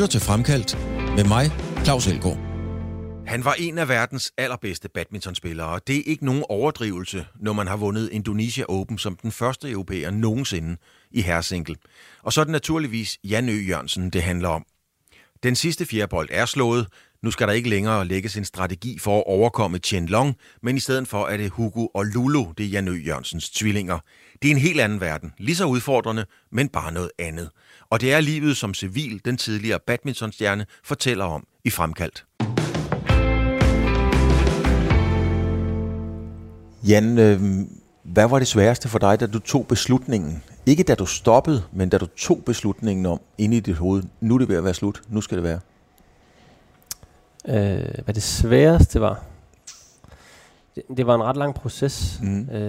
lytter til Fremkaldt med mig, Claus Elgaard. Han var en af verdens allerbedste badmintonspillere, og det er ikke nogen overdrivelse, når man har vundet Indonesia Open som den første europæer nogensinde i herresingle. Og så er det naturligvis Jan Ø. Jørgensen, det handler om. Den sidste fjerbold er slået. Nu skal der ikke længere lægges en strategi for at overkomme Chen Long, men i stedet for er det Hugo og Lulu, det er Jan Ø. Jørgensens tvillinger. Det er en helt anden verden, lige så udfordrende, men bare noget andet. Og det er livet som civil, den tidligere badmintonstjerne fortæller om i Fremkaldt. Jan, hvad var det sværeste for dig, da du tog beslutningen? Ikke da du stoppede, men da du tog beslutningen om inde i dit hoved. Nu er det ved at være slut. Nu skal det være. Hvad det sværeste var? Det var en ret lang proces.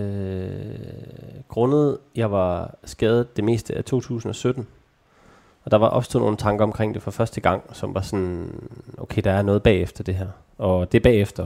Grundet, jeg var skadet det meste af 2017. Og der var opstået nogle tanker omkring det for første gang, som var sådan, okay, der er noget bagefter det her. Og det bagefter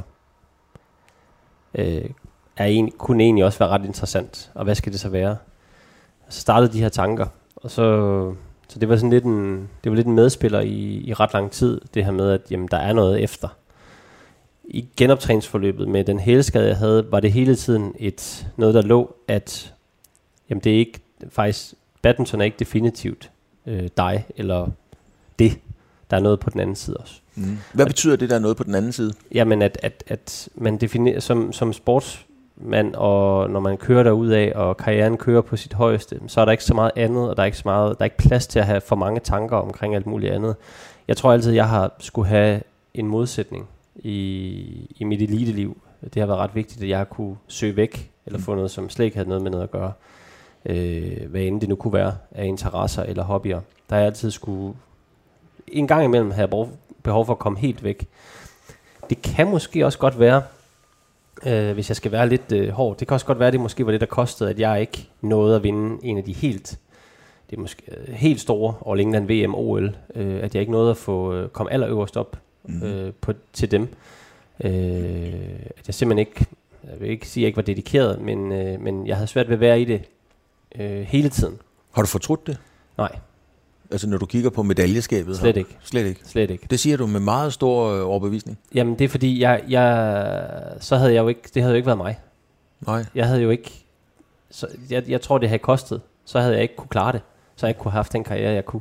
kunne egentlig også være ret interessant. Og hvad skal det så være? Så startede de her tanker, og så det var sådan lidt en medspiller i ret lang tid, det her med, at jamen, der er noget efter. I genoptræningsforløbet med den hælskade, jeg havde, var det hele tiden noget, der lå, at jamen, det er ikke, faktisk, badminton er ikke definitivt dig, eller det. Der er noget på den anden side også. Hvad betyder det, der er noget på den anden side? Jamen, at man definerer som sportsmand, og når man kører derudad, og karrieren kører på sit højeste, så er der ikke så meget andet, og der er ikke plads til at have for mange tanker omkring alt muligt andet. Jeg tror altid, jeg har skulle have en modsætning i mit eliteliv. Det har været ret vigtigt, at jeg kunne søge væk, eller få noget, som slet ikke havde noget med noget at gøre. Hvad end det nu kunne være af interesser eller hobbyer. Der har jeg altid skulle en gang imellem have behov for at komme helt væk. Det kan måske også godt være, hvis jeg skal være lidt hård, det kan også godt være, det måske var det, der kostede, at jeg ikke nåede at vinde en af de helt store All England VM OL, at jeg ikke nåede at komme allerøverst op til dem. At jeg simpelthen ikke, jeg vil ikke sige, at jeg ikke var dedikeret, men jeg havde svært ved at være i det hele tiden. Har du fortrudt det? Nej. Altså når du kigger på medaljeskabet? Slet ikke. Slet ikke. Det siger du med meget stor overbevisning? Jamen det er fordi, så havde jeg jo ikke, det havde jo ikke været mig. Nej. Jeg havde jo ikke, jeg tror det havde kostet, så havde jeg ikke kunne klare det. Så jeg ikke kunne have haft den karriere, jeg kunne.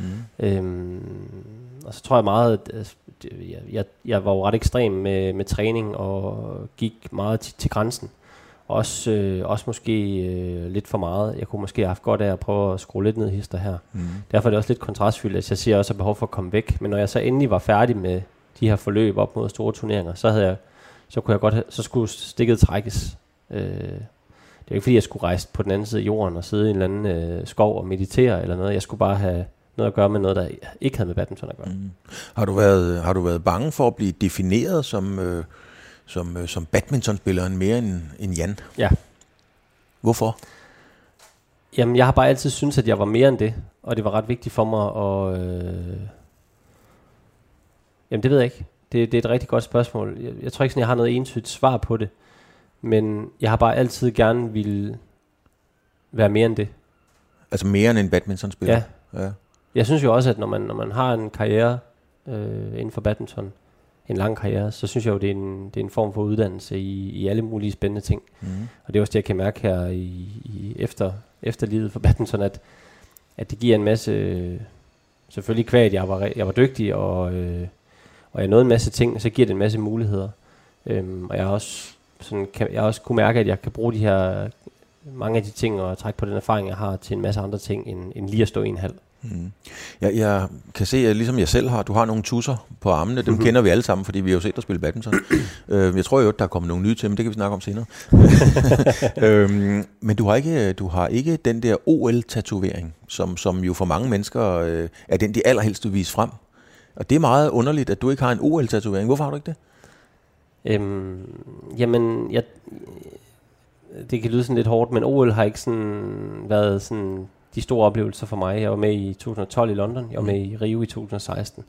Og så tror jeg meget, jeg var jo ret ekstrem med træning, og gik meget til grænsen. Også måske lidt for meget. Jeg kunne måske have haft godt af at prøve at skrue lidt ned hister her. Derfor er det også lidt kontrastfyldt, at jeg siger også, at jeg har behov for at komme væk. Men når jeg så endelig var færdig med de her forløb op mod store turneringer, så skulle stikket trækkes. Det er ikke fordi, jeg skulle rejse på den anden side af jorden og sidde i en eller anden skov og meditere eller noget. Jeg skulle bare have noget at gøre med noget, der ikke havde med badminton at gøre. Har du været bange for at blive defineret som badmintonspilleren mere end Jan? Ja. Hvorfor? Jamen, jeg har bare altid syntes, at jeg var mere end det, og det var ret vigtigt for mig at... Jamen, det ved jeg ikke. Det er et rigtig godt spørgsmål. Jeg tror ikke sådan, jeg har noget entydigt svar på det, men jeg har bare altid gerne ville være mere end det. Altså mere end en badmintonspiller? Ja. Jeg synes jo også, at når man har en karriere inden for badminton, en lang karriere, så synes jeg jo, det er en form for uddannelse i alle mulige spændende ting. Og det er også det, jeg kan mærke her efter livet for badminton, at det giver en masse, selvfølgelig kvad, at jeg var dygtig, og jeg nåede en masse ting, og så giver det en masse muligheder. Og jeg har også kunne mærke, at jeg kan bruge mange af de ting, og trække på den erfaring, jeg har, til en masse andre ting, end lige at stå i en hal. Jeg kan se, at ligesom jeg selv har, du har nogle tusser på armene, dem kender vi alle sammen, fordi vi har jo set dig spille badminton. Jeg tror jo, at der er kommet nogle nye til, men det kan vi snakke om senere. Men du har ikke den der OL-tatovering, som jo for mange mennesker er den, de allerhelst vil vise frem. Og det er meget underligt, at du ikke har en OL-tatovering. Hvorfor har du ikke det? Jamen, det kan lyde sådan lidt hårdt, men OL har ikke sådan været sådan de store oplevelser for mig. Jeg var med i 2012 i London, jeg var med i Rio i 2016.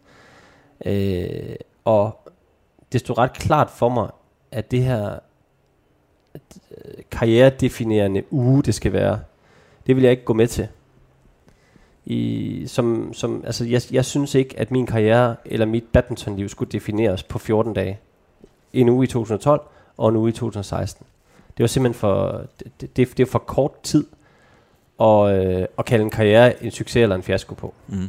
Og det stod ret klart for mig, at det her karrieredefinerende uge, det skal være, det vil jeg ikke gå med til. Jeg synes ikke, at min karriere eller mit badmintonliv skulle defineres på 14 dage. En uge i 2012 og en uge i 2016. Det var simpelthen det er for kort tid at kalde en karriere en succes eller en fiasko på. Mm.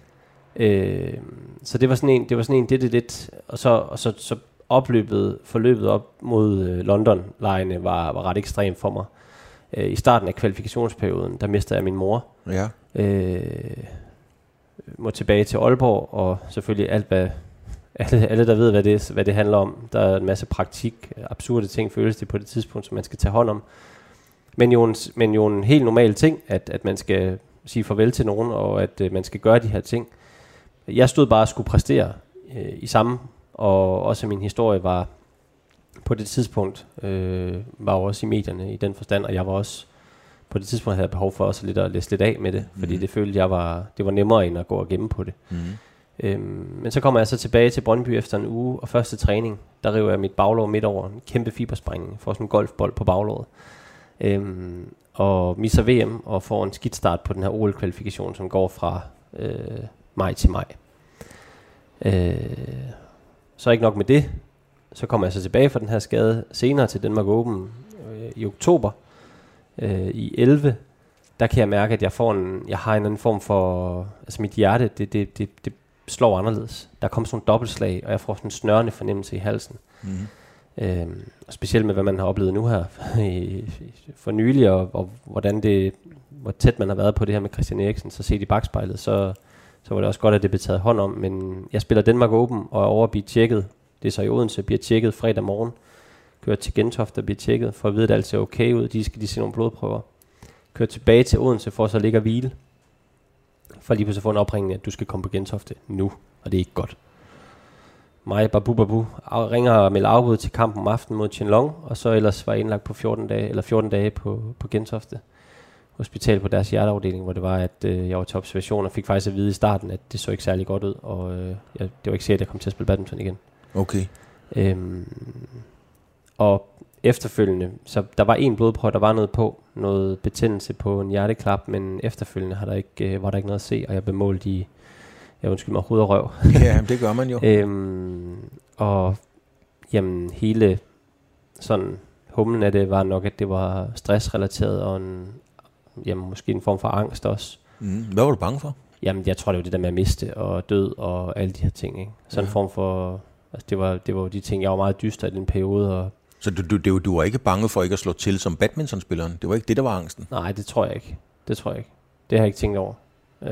Så det var sådan en lidt, og så forløbet op mod London-lejene var ret ekstremt for mig. I starten af kvalifikationsperioden, der mistede jeg min mor. Ja. Må tilbage til Aalborg, og selvfølgelig alle der ved, hvad det handler om. Der er en masse praktik, absurde ting, føles det på det tidspunkt, som man skal tage hånd om. Men jo en helt normal ting, at man skal sige farvel til nogen, og at man skal gøre de her ting. Jeg stod bare og skulle præstere i samme, og også min historie var på det tidspunkt, var jo også i medierne i den forstand, og jeg var også på det tidspunkt havde jeg behov for også lidt at læse lidt af med det, fordi det følte det var nemmere end at gå og gemme på det. Men så kommer jeg så tilbage til Brøndby efter en uge, og første træning, der river jeg mit baglår midt over, en kæmpe fibersprængning, får sådan en golfbold på baglåret. Og misser VM og får en skidt start på den her OL-kvalifikation, som går fra maj til maj. Så ikke nok med det, så kommer jeg så tilbage fra den her skade senere til Denmark Open i oktober i 11. Der kan jeg mærke, at jeg har en anden form for, altså mit hjerte, det slår anderledes. Der kommer sådan en dobbeltslag, og jeg får sådan en snørrende fornemmelse i halsen. Og specielt med, hvad man har oplevet nu her for nylig, og hvor tæt man har været på det her med Christian Eriksen, så set i bagspejlet, så var det også godt, at det blev taget hånd om. Men jeg spiller Denmark Open, og er over at blive tjekket. Det er så i Odense, bliver tjekket fredag morgen. Kører til Gentofte og bliver tjekket, for at vide, at alt ser okay ud. De skal lige se nogle blodprøver. Kører tilbage til Odense, for så ligge og hvile. For lige pludselig få en opringning, at du skal komme på Gentofte nu, og det er ikke godt. Mig, babu, ringer og melder afbud til kampen om aftenen mod Qianlong, og så ellers var jeg indlagt på 14 dage på Gentofte Hospital på deres hjerteafdeling, hvor det var, at jeg var til observation, og fik faktisk at vide i starten, at det så ikke særlig godt ud, og det var ikke sikkert, at jeg kom til at spille badminton igen. Okay. Og efterfølgende, så der var en blodprøve, der var noget betændelse på en hjerteklap, men efterfølgende var der ikke noget at se, og jeg blev målt i, hoved og røv. Ja, det gør man jo. Og jamen, hele sådan humlen af det var nok, at det var stressrelateret, og måske en form for angst også. Hvad var du bange for? Jamen, jeg tror, det var det der med at miste og død og alle de her ting, ikke? Sådan en form for, altså det var de ting, jeg var meget dyster i den periode. Og så du var ikke bange for ikke at slå til som badmintonspilleren? Det var ikke det, der var angsten? Nej, det tror jeg ikke. Det har jeg ikke tænkt over.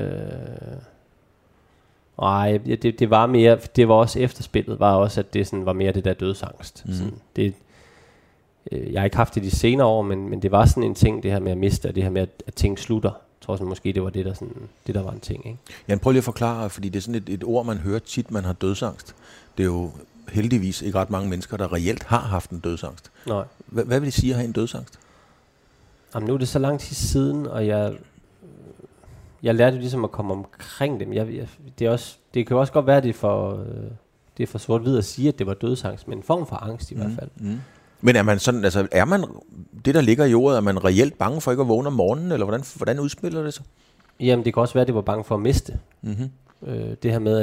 Nej, det var mere, det var også efterspillet, var også, at det sådan var mere det der dødsangst. Sådan, jeg har ikke haft det de senere år, men det var sådan en ting, det her med at miste, og det her med, at ting slutter. Jeg tror sådan, måske det var det, der var en ting, ikke? Jan, prøv lige at forklare, fordi det er sådan et ord, man hører tit, man har dødsangst. Det er jo heldigvis ikke ret mange mennesker, der reelt har haft en dødsangst. Nej. Hvad vil det sige at have en dødsangst? Jamen, nu er det så lang tid siden, og jeg lærte jo ligesom at komme omkring dem. Det kan jo også godt være, at det er for sort-hvid at sige, at det var dødsangst, men en form for angst i hvert fald. Men er man sådan, altså er man det, der ligger i ordet, er man reelt bange for ikke at vågne om morgenen, eller hvordan udspiller det sig? Jamen, det kan også være, at det var bange for at miste. Det her med,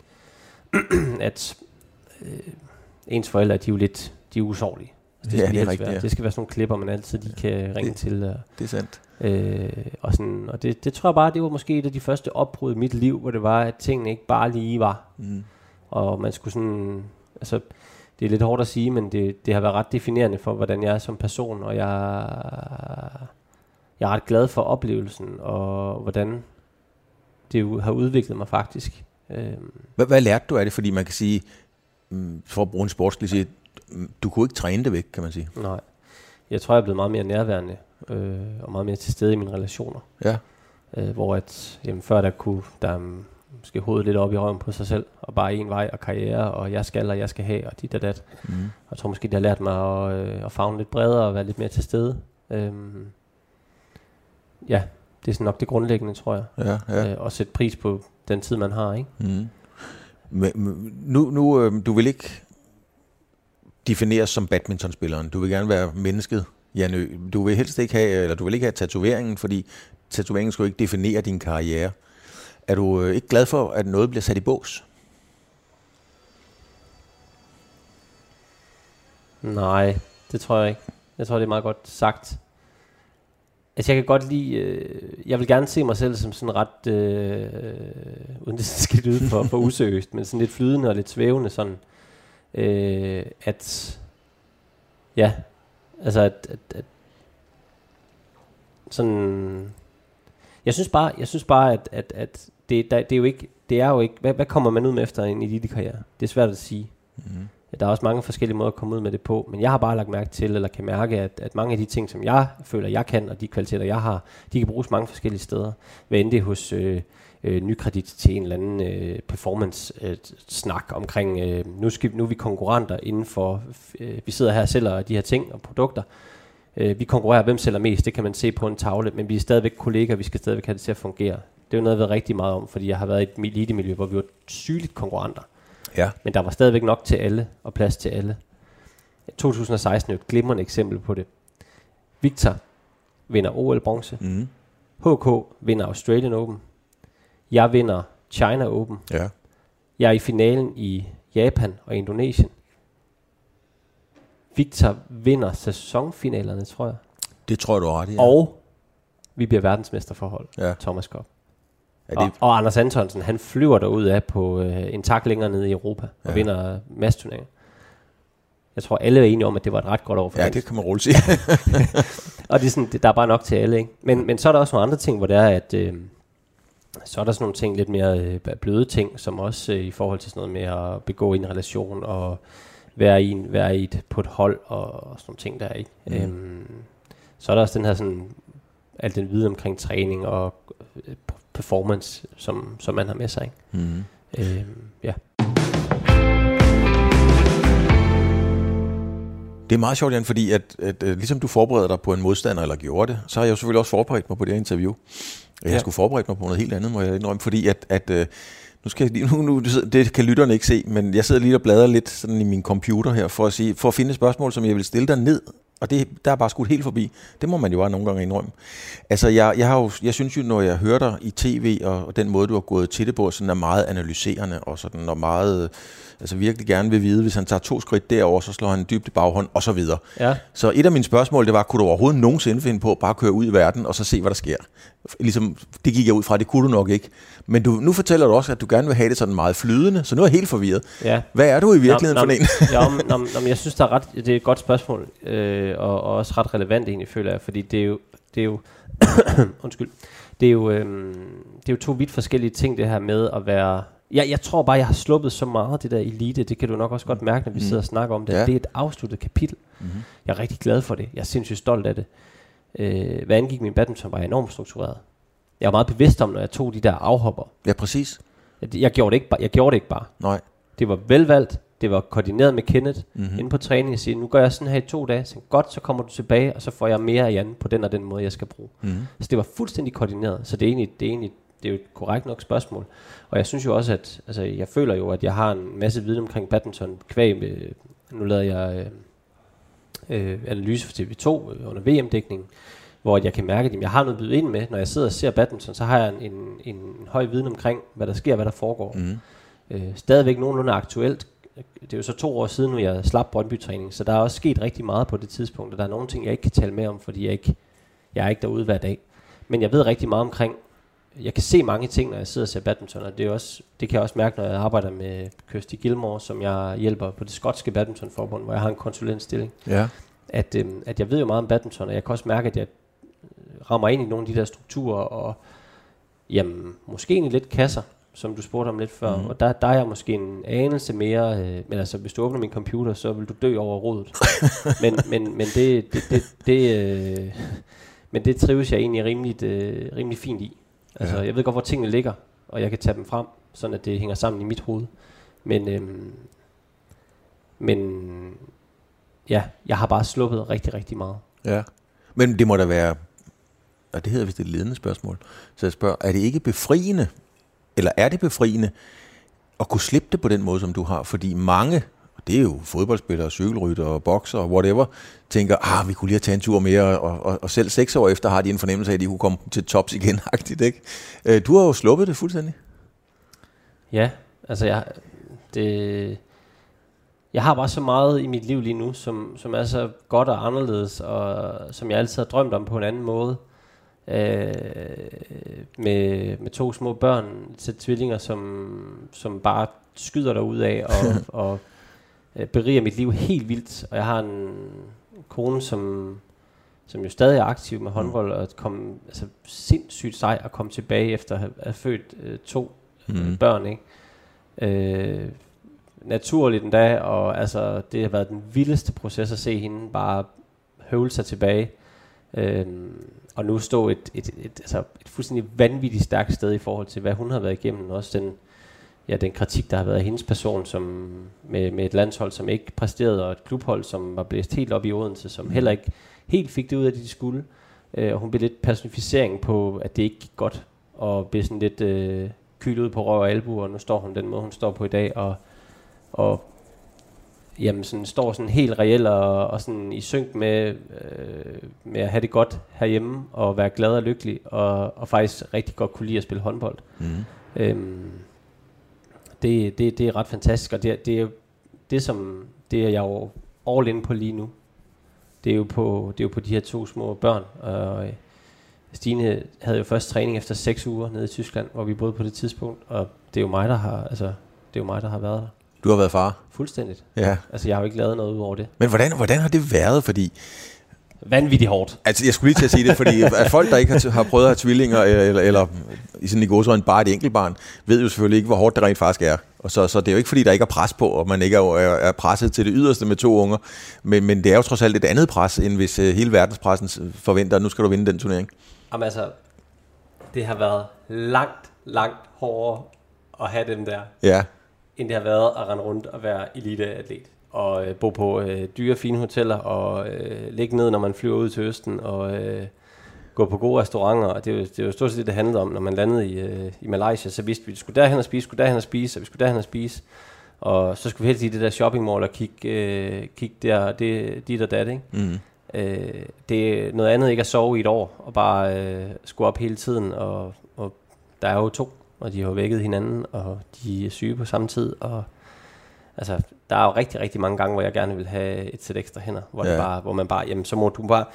at ens forældre, de er usårlige. Det skal det er rigtigt, ja. Det skal være sådan nogle klipper, man altid lige kan ringe til. Det er sandt. Og det tror jeg bare, det var måske et af de første opbrud i mit liv, hvor det var, at tingene ikke bare lige var. Og man skulle sådan, altså, det er lidt hårdt at sige, men det har været ret definerende for, hvordan jeg er som person, og jeg er ret glad for oplevelsen, og hvordan det har udviklet mig faktisk. Hvad lærte du af det? Fordi man kan sige, for at bruge en sportslig sige, du kunne ikke træne det væk, kan man sige. Nej. Jeg tror, jeg er blevet meget mere nærværende, og meget mere til stede i mine relationer. Ja. Hvor før der måske hovedet lidt op i røven på sig selv, og bare en vej og karriere, og jeg skal have, og dit og dat. Og jeg tror måske, det har lært mig at favne lidt bredere, og være lidt mere til stede. Ja, det er sådan nok det grundlæggende, tror jeg. Ja. Og sætte pris på den tid, man har, ikke? Men nu du vil ikke defineres som badmintonspilleren. Du vil gerne være mennesket, Jan. Du vil helst ikke have, eller du vil ikke have tatoveringen, fordi tatoveringen skulle ikke definere din karriere. Er du ikke glad for, at noget bliver sat i bås? Nej, det tror jeg ikke. Jeg tror, det er meget godt sagt. Altså, jeg kan godt lide... jeg vil gerne se mig selv som sådan ret... uden det skal lyde for useriøst, men sådan lidt flydende og lidt svævende sådan. At... Ja, altså at sådan... Jeg synes bare, at det er jo ikke... Hvad kommer man ud med efter en elitekarriere? Det er svært at sige. Mm-hmm. Der er også mange forskellige måder at komme ud med det på, men jeg har bare lagt mærke til, eller kan mærke, at mange af de ting, som jeg føler, jeg kan, og de kvaliteter, jeg har, de kan bruges mange forskellige steder. Hvad end det er hos Nykredit til en eller anden performance-snak omkring, nu er vi konkurrenter inden for, vi sidder her og sælger de her ting og produkter. Vi konkurrerer, hvem sælger mest, det kan man se på en tavle, men vi er stadigvæk kolleger, vi skal stadigvæk have det til at fungere. Det er jo noget, jeg ved rigtig meget om, fordi jeg har været i et elitemiljø, hvor vi var sygeligt konkurrenter. Ja. Men der var stadigvæk nok til alle, og plads til alle. 2016 er et glimrende eksempel på det. Victor vinder OL-bronze. Mm. HK vinder Australian Open. Jeg vinder China Open. Ja. Jeg er i finalen i Japan og Indonesien. Victor vinder sæsonfinalerne, tror jeg. Det tror jeg, du har ret i. Ja. Og vi bliver verdensmester for hold. Ja. Thomas Cup. Og Anders Antonsen, han flyver derud af på en tak længere nede i Europa og vinder masseturneringer. Jeg tror, alle er enige om, at det var et ret godt år for det kan man roligt sige. Og det er sådan, der er bare nok til alle, ikke? Men så er der også nogle andre ting, hvor det er, at så er der sådan nogle ting, lidt mere bløde ting, som også i forhold til sådan noget med at begå en relation og være på et hold og sådan nogle ting, der er, ikke? Så er der også den her sådan, al den viden omkring træning og performance, som man har med sig, ikke? Mm. Ja. Det er meget sjovt, Jan, fordi at ligesom du forbereder dig på en modstander, eller gjorde det, så har jeg jo selvfølgelig også forberedt mig på det her interview. Jeg skulle forberede mig på noget helt andet, må jeg indrømme, fordi nu det kan lytterne ikke se, men jeg sidder lige og bladrer lidt sådan i min computer her, for at finde et spørgsmål, som jeg vil stille dig ned. Og der er bare skudt helt forbi. Det må man jo bare nogle gange indrømme. Altså, jeg synes jo, når jeg hører dig i tv, og den måde, du har gået til det på, sådan er meget analyserende, og sådan og meget, altså virkelig gerne vil vide, hvis han tager 2 skridt derover, så slår han en dybt i baghånd, og så videre. Ja. Så et af mine spørgsmål, det var, kunne du overhovedet nogensinde finde på at bare køre ud i verden, og så se, hvad der sker? Ligesom, det gik jeg ud fra, det kunne du nok ikke. Men nu fortæller du også, at du gerne vil have det sådan meget flydende, så nu er jeg helt forvirret. Ja. Hvad er du i virkeligheden for en? Jeg synes, det er et godt spørgsmål, og også ret relevant egentlig, føler jeg, fordi det er jo undskyld, det er jo 2 vidt forskellige ting, det her med at være... Jeg tror bare, jeg har sluppet så meget det der elite, det kan du nok også godt mærke, når vi sidder og snakker om det. Ja. Det er et afsluttet kapitel. Mm-hmm. Jeg er rigtig glad for det. Jeg er sindssygt stolt af det. Hvad angik min badminton, var jeg enormt struktureret. Jeg var meget bevidst om, når jeg tog de der afhopper. Ja, præcis. Jeg gjorde det ikke bare. Nej. Det var velvalgt. Det var koordineret med Kenneth inde på træning. Jeg siger, nu gør jeg sådan her i 2 dage. Så godt, så kommer du tilbage, og så får jeg mere af Jan på den og den måde, jeg skal bruge. Mm-hmm. Så det var fuldstændig koordineret. Så det er jo et korrekt nok spørgsmål. Og jeg synes jo også, at altså, jeg føler jo, at jeg har en masse viden omkring badminton. Nu lavede jeg analyse for TV2 under VM-dækningen, hvor jeg kan mærke, at jeg har noget at byde ind med. Når jeg sidder og ser badminton, så har jeg en høj viden omkring, hvad der sker, hvad der foregår. Stadigvæk nogenlunde aktuelt. Det er jo så 2 år siden, nu jeg slap Brøndby-træning, så der er også sket rigtig meget på det tidspunkt, og der er nogle ting, jeg ikke kan tale med om, fordi jeg er ikke derude hver dag. Men jeg ved rigtig meget omkring, jeg kan se mange ting, når jeg sidder og ser badminton, og det kan jeg også mærke, når jeg arbejder med Kirsty Gilmore, som jeg hjælper på det skotske badmintonforbund, hvor jeg har en konsulentstilling. Ja. At jeg ved jo meget om badminton, og jeg kan også mærke, at jeg rammer ind i nogle af de der strukturer, og jamen, måske egentlig lidt kasser, som du spurgte om lidt før, og der er jeg måske en anelse mere, men altså, hvis du åbner min computer, så vil du dø over rodet. men det trives jeg egentlig rimelig fint i. Altså, jeg ved godt, hvor tingene ligger, og jeg kan tage dem frem, sådan at det hænger sammen i mit hoved. Men ja, jeg har bare sluppet rigtig, rigtig meget. Ja, men det må da være, og det hedder vist et ledende spørgsmål, så jeg spørger, er det ikke befriende, eller er det befriende at kunne slippe det på den måde, som du har? Fordi mange og det er jo fodboldspillere, cykelrytter og bokser og whatever, tænker, vi kunne lige have taget en tur mere, og selv 6 år efter har de en fornemmelse af, at de kunne komme til tops igen-agtigt, ikke? Du har jo sluppet det fuldstændig. Ja, altså jeg har bare så meget i mit liv lige nu, som er så godt og anderledes, og som jeg altid har drømt om på en anden måde. Med 2 små børn til tvillinger, som bare skyder derud af og beriger mit liv helt vildt. Og jeg har en kone, som jo stadig er aktiv med håndbold, og sindssygt sej at komme tilbage efter at have født 2 børn, ikke? Naturligt endda, og altså det har været den vildeste proces at se hende bare høvle sig tilbage, og nu stå et fuldstændig vanvittigt stærkt sted i forhold til hvad hun har været igennem, og også den kritik der har været af hendes person, som med et landshold som ikke præsterede, og et klubhold som var blæst helt op i Odense, som heller ikke helt fik det ud af det de skulle, og hun blev lidt personificering på at det ikke gik godt, og blev sådan lidt kylet ud på røv og albu, og nu står hun den måde hun står på i dag, og jamen sådan står sådan helt reelt og sådan i synk med at have det godt herhjemme og være glad og lykkelig og faktisk rigtig godt kunne lide at spille håndbold. Det er ret fantastisk, og det er jeg jo all in på lige nu. Det er jo på de her 2 små børn, og Stine havde jo først træning efter 6 uger nede i Tyskland, hvor vi boede på det tidspunkt, og det er jo mig der har været der. Du har været far? Fuldstændigt. Ja. Altså, jeg har jo ikke lavet noget ud over det. Men hvordan har det været? Fordi vanvittigt hårdt. Altså, jeg skulle lige til at sige det, fordi at folk, der ikke har prøvet at have tvillinger, eller i sådan i gåseøjne bare et enkelt barn, ved jo selvfølgelig ikke, hvor hårdt det rent faktisk er. Og så det er jo ikke, fordi der ikke er pres på, og man ikke er presset til det yderste med 2 unger. Men det er jo trods alt et andet pres, end hvis hele verdenspressen forventer, at nu skal du vinde den turnering. Jamen altså, det har været langt hårdere at have dem der. Ja. End det har været at rende rundt og være eliteatlet. Og bo på dyre, fine hoteller, og ligge ned, når man flyver ud til Østen, og gå på gode restauranter. Og det er jo stort set det handlede om, når man landede i Malaysia, så vidste vi, at vi skulle derhen og spise, og vi skulle derhen og spise. Og så skulle vi helst i det der shoppingmall og kigge der, dit og dat, ikke? Det er noget andet ikke at sove i et år, og bare skulle op hele tiden, og der er jo 2, og de har vækket hinanden, og de er syge på samme tid, og altså, der er jo rigtig, rigtig mange gange, hvor jeg gerne vil have et sæt ekstra hænder, hvor man bare, jamen, så må du bare,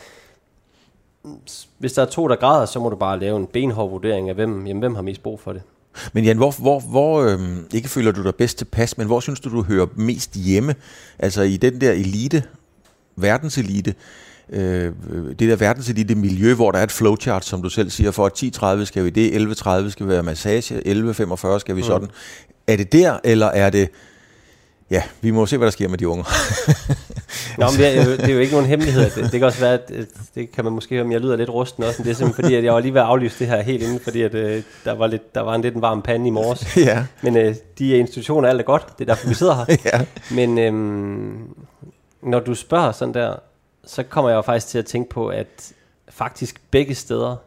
hvis der er 2, der græder, så må du bare lave en benhård vurdering af, hvem har mest brug for det. Men Jan, hvor ikke føler du dig bedst tilpas, men hvor synes du hører mest hjemme? Altså i den der elite, verdenselite, det der verdenselite miljø, hvor der er et flowchart, som du selv siger, for 10.30 skal vi det, 11.30 skal vi være massage, 11.45 skal vi sådan. Er det der, eller er det... Ja, vi må se, hvad der sker med de unger. Nå, men det er jo ikke nogen hemmelighed. Det kan også være, at det kan man måske høre, om jeg lyder lidt rusten også, men det er simpelthen fordi, at jeg var lige ved at aflyse det her helt inden, fordi at, der var en lidt varm pande i morges. Ja. Men de institutioner, alt er godt, det er derfor, vi sidder her. Ja. Men når du spørger sådan der, så kommer jeg jo faktisk til at tænke på, at faktisk begge steder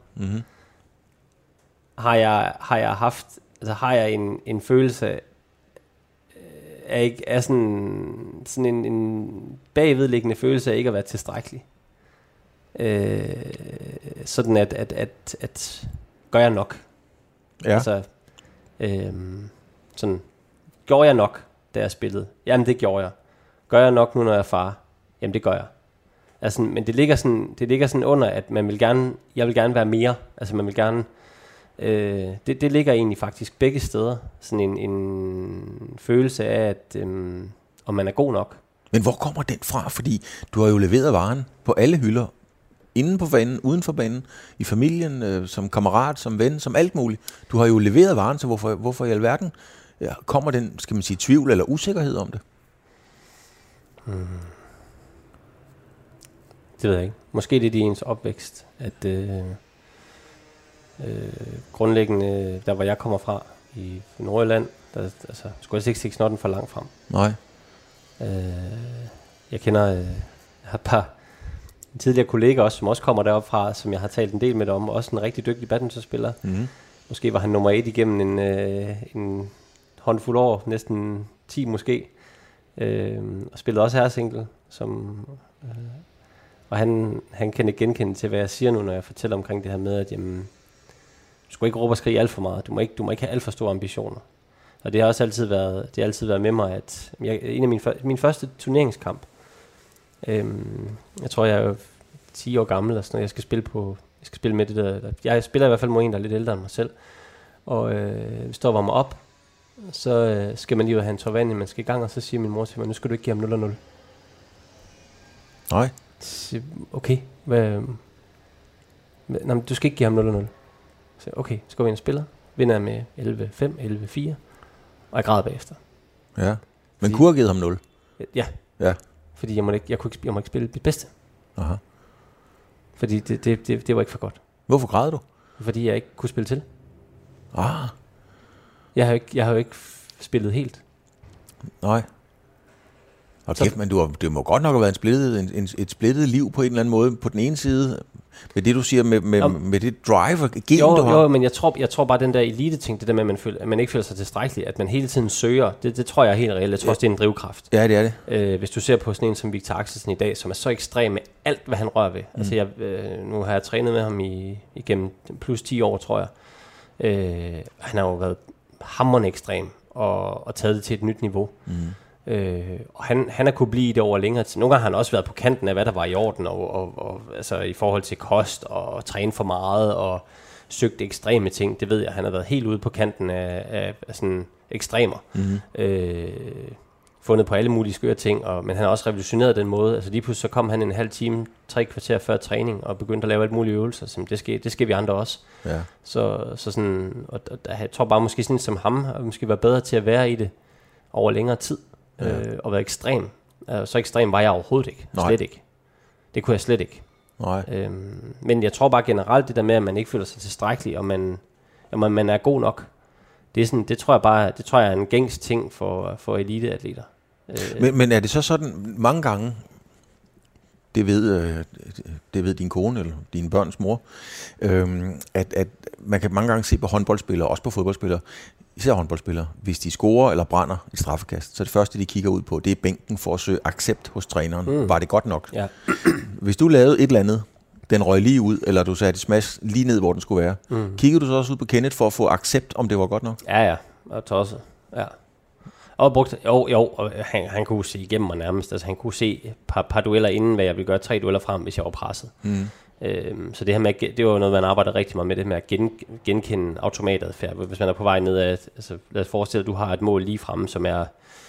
har jeg en følelse af sådan en bagvedliggende følelse af ikke at være tilstrækkelig. Sådan at gør jeg nok? Ja. Altså, sådan, gjorde jeg nok, da jeg spillede? Jamen, det gjorde jeg. Gør jeg nok nu, når jeg er far? Jamen, det gør jeg. Altså, men det ligger sådan under, at jeg vil gerne være mere. Altså, man vil gerne... Det ligger egentlig faktisk begge steder. Sådan en følelse af, at om man er god nok. Men hvor kommer den fra? Fordi du har jo leveret varen på alle hylder. Inden på banen, uden for banen, i familien, som kammerat, som ven, som alt muligt. Du har jo leveret varen, så hvorfor i alverden kommer den, skal man sige, tvivl eller usikkerhed om det? Det ved jeg ikke. Måske det er ens opvækst, at grundlæggende, der hvor jeg kommer fra, i Nordjylland, der skulle jeg ikke snotten for langt frem. Nej. Jeg kender et par tidligere kollegaer også, som også kommer derop fra, som jeg har talt en del med om, også en rigtig dygtig badmintonspiller. Måske var han nummer 1 igennem en håndfuld år, næsten 10 måske. Og spillede også herresingle, som... og han kan ikke genkende til, hvad jeg siger nu, når jeg fortæller omkring det her med, at jamen, du skal ikke råbe og skrige alt for meget. Du må ikke have alt for store ambitioner. Og det har også altid været med mig, at en af min første turneringskamp, jeg tror, jeg er 10 år gammel, og sådan noget, jeg skal spille med det der. Jeg spiller i hvert fald mod en, der er lidt ældre end mig selv. Og vi står og varmer op, så skal man lige have en tår vand, man skal i gang, og så siger min mor til mig, nu skal du ikke give ham 0-0. Nej. Okay, nej, du skal ikke give ham 0-0. Så okay, så går vi ind og spiller. Vinder med 11-5, 11-4, og jeg græder bagefter. Ja, men kunne have givet ham 0? Ja. Fordi jeg må ikke spille det bedste. Aha. Fordi det var ikke for godt. Hvorfor græd du? Fordi jeg ikke kunne spille til. Ah. Jeg har jo ikke spillet helt. Nej. Og kæft, men det må godt nok have været et splittet liv på en eller anden måde. På den ene side, med det du siger, med det drive og gen, du har. Jo, men jeg tror bare, den der elite-ting, det der med, at man ikke føler sig tilstrækkelig, at man hele tiden søger, det tror jeg er helt reelt. Jeg tror også, det er en drivkraft. Ja, det er det. Hvis du ser på sådan en som Victor Axelsen i dag, som er så ekstrem med alt, hvad han rører ved. Altså, nu har jeg trænet med ham igennem plus 10 år, tror jeg. Han har jo været hamrende ekstrem og taget det til et nyt niveau. Og han har kunne blive i det over længere tid. Nogle gange har han også været på kanten af, hvad der var i orden, og altså i forhold til kost og træne for meget og søgt ekstreme ting. Det ved jeg, han har været helt ude på kanten af sådan ekstremer. Fundet på alle mulige skøre ting, men han har også revolutioneret den måde. Altså lige pludselig så kom han en halv time, 3 kvarter før træning og begyndte at lave alle mulige øvelser. Så det skal vi andre også. Ja. Så sådan, og jeg tror bare måske sådan som ham har måske været bedre til at være i det over længere tid. Og være ekstrem. Så ekstrem var jeg overhovedet ikke. Slet ikke. Det kunne jeg slet ikke. Men jeg tror bare generelt det der med, at man ikke føler sig tilstrækkelig, og man er god nok. Det er sådan, det tror jeg er en gængs ting for eliteatleter. Men er det så sådan mange gange, det ved din kone eller dine børns mor, at man kan mange gange se på håndboldspillere, også på fodboldspillere, især håndboldspillere, hvis de scorer eller brænder et straffekast, så det første, de kigger ud på, det er bænken for at søge accept hos træneren. Var det godt nok? Ja. Hvis du lavede et eller andet, den røg lige ud, eller du satte et smash lige ned, hvor den skulle være, kiggede du så også ud på Kenneth for at få accept, om det var godt nok? Ja, og tosset. Ja. Og brugt, og han kunne se igennem mig nærmest. Altså han kunne se et par dueller inden, hvad jeg ville gøre 3 dueller frem, hvis jeg var presset. Så det her med, det var noget, man arbejder rigtig meget med, det med at genkende automatadfærd. Hvis man er på vej ned af, altså lad os forestille, at du har et mål lige fremme, som er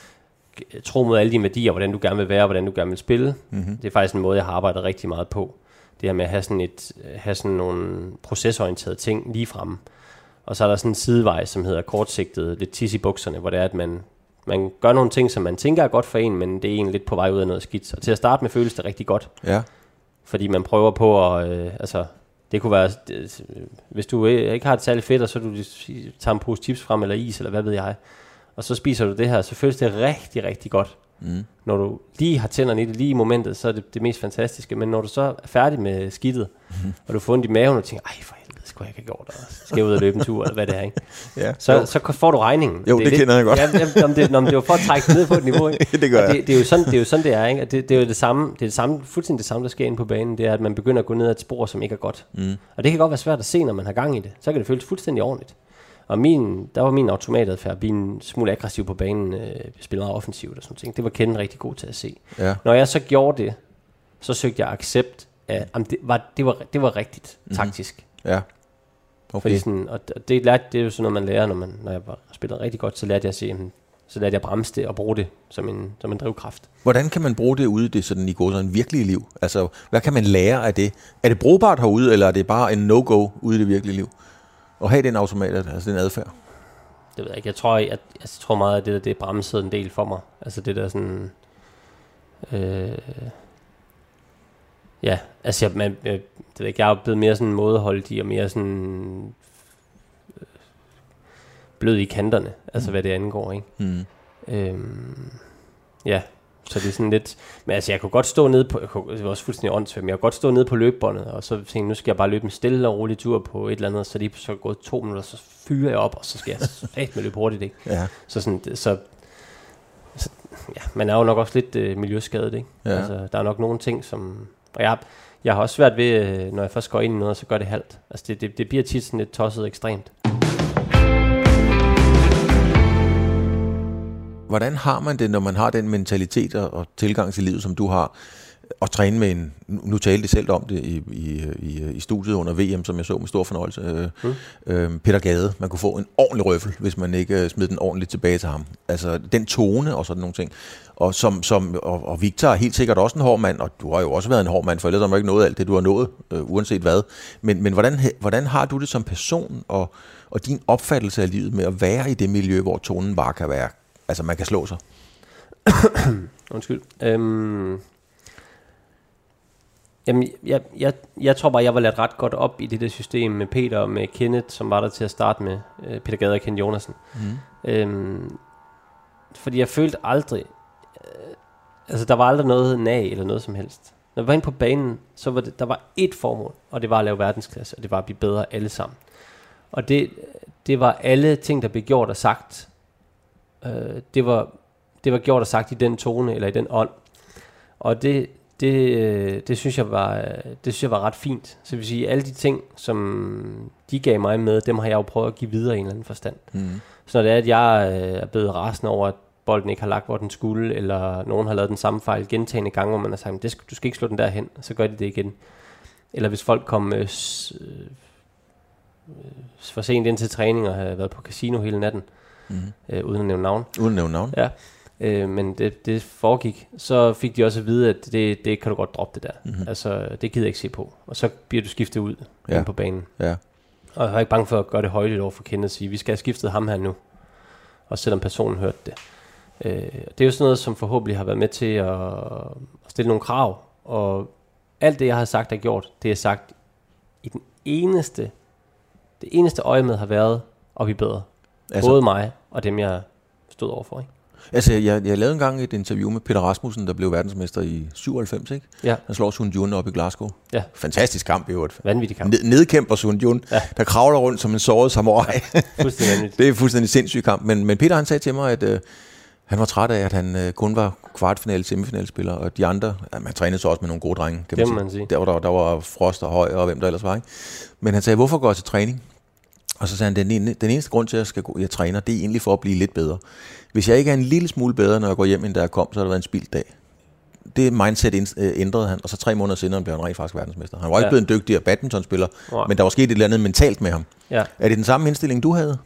tro mod alle dine værdier, hvordan du gerne vil være, hvordan du gerne vil spille. Det er faktisk en måde, jeg har arbejdet rigtig meget på. Det her med at have sådan nogle procesorienterede ting lige fremme. Og så er der sådan en sidevej, som hedder kortsigtet, lidt tis i bukserne, hvor det er, at man gør nogle ting, som man tænker er godt for en, men det er egentlig lidt på vej ud af noget skidt. Og til at starte med føles det rigtig godt. Ja. Fordi man prøver på at, det kunne være, hvis du ikke har det særlig fedt, og så du tager en pose chips frem, eller is, eller hvad ved jeg, og så spiser du det her, så føles det rigtig, rigtig godt. Når du lige har tænderne i det, lige i momentet, så er det mest fantastiske. Men når du så er færdig med skidtet, og du får ondt i maven, og tænker, ej for helvede, skulle jeg ikke have gjort det, skal jeg ud og løbe en tur, eller hvad det er, ikke? Ja, så får du regningen. Jo, det kender jeg godt. Det var for at trække ned på et niveau, ikke? Det gør jeg. Det er jo sådan, det er, ikke? Det er jo det samme, fuldstændig det samme, der sker inde på banen, det er, at man begynder at gå ned ad et spor, som ikke er godt. Og det kan godt være svært at se, når man har gang i det. Så kan det føles fuldstændig ordentligt. Og der var min automatadfærd, blive en smule aggressiv på banen, spille meget offensivt og sådan noget. Det var Ken rigtig god til at se. Ja. Når jeg så gjorde det, så søgte jeg accept af, det var rigtigt taktisk. Ja. Okay. Fordi sådan, og det er jo sådan noget, man lærer, når jeg spillede rigtig godt, så lærte jeg at bremse det og bruge det som en drivkraft. Hvordan kan man bruge det ude i det sådan i går sådan virkelige liv? Altså, hvad kan man lære af det? Er det brugbart herude, eller er det bare en no-go ude i det virkelige liv? Og have den automat, altså den adfærd? Det ved jeg ikke. Jeg tror meget, at det bremsede en del for mig. Altså det der sådan... ja, altså jeg er blevet mere sådan mådeholdig og mere sådan blød i kanterne, altså hvad det angår, ikke? Ja, så det er sådan lidt... Men altså, jeg kunne godt stå nede på... Det var også fuldstændig åndssvagt, men jeg kunne godt stå nede på løbebåndet, og så tænkte nu skal jeg bare løbe en stille og rolig tur på et eller andet, så lige så gået 2 minutter, så fyrer jeg op, og så skal jeg med løbe hurtigt, ikke? Ja. Så man er jo nok også lidt miljøskadet, ikke? Ja. Altså, der er nok nogle ting, som... Og jeg har også svært ved, når jeg først går ind i noget, så gør det halvt. Altså, det bliver tit sådan lidt tosset ekstremt. Hvordan har man det, når man har den mentalitet og tilgang til livet, som du har, og træne med en... Nu talte jeg selv om det i studiet under VM, som jeg så med stor fornøjelse. Peter Gade. Man kunne få en ordentlig røffel, hvis man ikke smed den ordentligt tilbage til ham. Altså den tone og sådan nogle ting. Og Victor er helt sikkert også en hård mand, og du har jo også været en hård mand, for ellers har man ikke nået alt det, du har nået, uanset hvad. Men hvordan har du det som person, og din opfattelse af livet med at være i det miljø, hvor tonen bare kan være... Altså man kan slå sig? Undskyld. Jamen, jeg tror bare, jeg var ladt ret godt op i det der system med Peter og med Kenneth, som var der til at starte med. Peter Gade og Ken Jonasen. Fordi jeg følte aldrig... altså, der var aldrig noget nag eller noget som helst. Når vi var inde på banen, så var der var ét formål, og det var at lave verdensklasse, og det var at blive bedre alle sammen. Og det var alle ting, der blev gjort og sagt. Det var gjort og sagt i den tone, eller i den ånd. Og det synes jeg var ret fint. Så det vil sige, alle de ting, som de gav mig med, dem har jeg jo prøvet at give videre i en eller anden forstand. Så når det er, at jeg er blevet rasende over, at bolden ikke har lagt, hvor den skulle, eller nogen har lavet den samme fejl gentagne gange, hvor man har sagt, du skal ikke slå den derhen, så gør de det igen. Eller hvis folk kom for sent ind til træning og havde været på casino hele natten, uden at nævne navn. Uden at nævne navn? Ja. Men det foregik, så fik de også at vide, at det kan du godt droppe det der. Altså, det gider jeg ikke se på. Og så bliver du skiftet ud inde på banen. Ja. Og jeg er ikke bange for at gøre det højligt over for Kenneth og sige, vi skal have skiftet ham her nu. Og selvom personen hørte det. Det er jo sådan noget, som forhåbentlig har været med til at stille nogle krav. Og alt det, jeg har sagt og gjort, det er sagt i det eneste øje med har været at blive bedre. Altså, både mig og dem, jeg stod overfor, ikke? Altså, jeg lavede engang et interview med Peter Rasmussen, der blev verdensmester i 97, ikke? Ja. Han slår Sun Jun op i Glasgow. Ja. Fantastisk kamp i øvrigt. Vanvittig kamp. Nedkæmper Sun Jun, der kravler rundt som en såret samurai. Fuldstændig vanvittigt. Det er fuldstændig sindssyg kamp. Men Peter, han sagde til mig, at han var træt af, at han kun var kvartfinale, semifinalspiller, og de andre, man trænede så også med nogle gode drenge, kan man sige. Der var Frost og Høj og hvem der ellers var, ikke? Men han sagde, hvorfor går jeg til træning? Og så sagde han, den eneste grund til, at jeg træner, det er egentlig for at blive lidt bedre. Hvis jeg ikke er en lille smule bedre, når jeg går hjem, end da jeg kom, så har det været en spildt dag. Det mindset ændrede han, og så 3 måneder senere blev han rent faktisk verdensmester. Han var ikke blevet en dygtigere badmintonspiller, men der var sket et eller andet mentalt med ham. Ja. Er det den samme indstilling, du havde?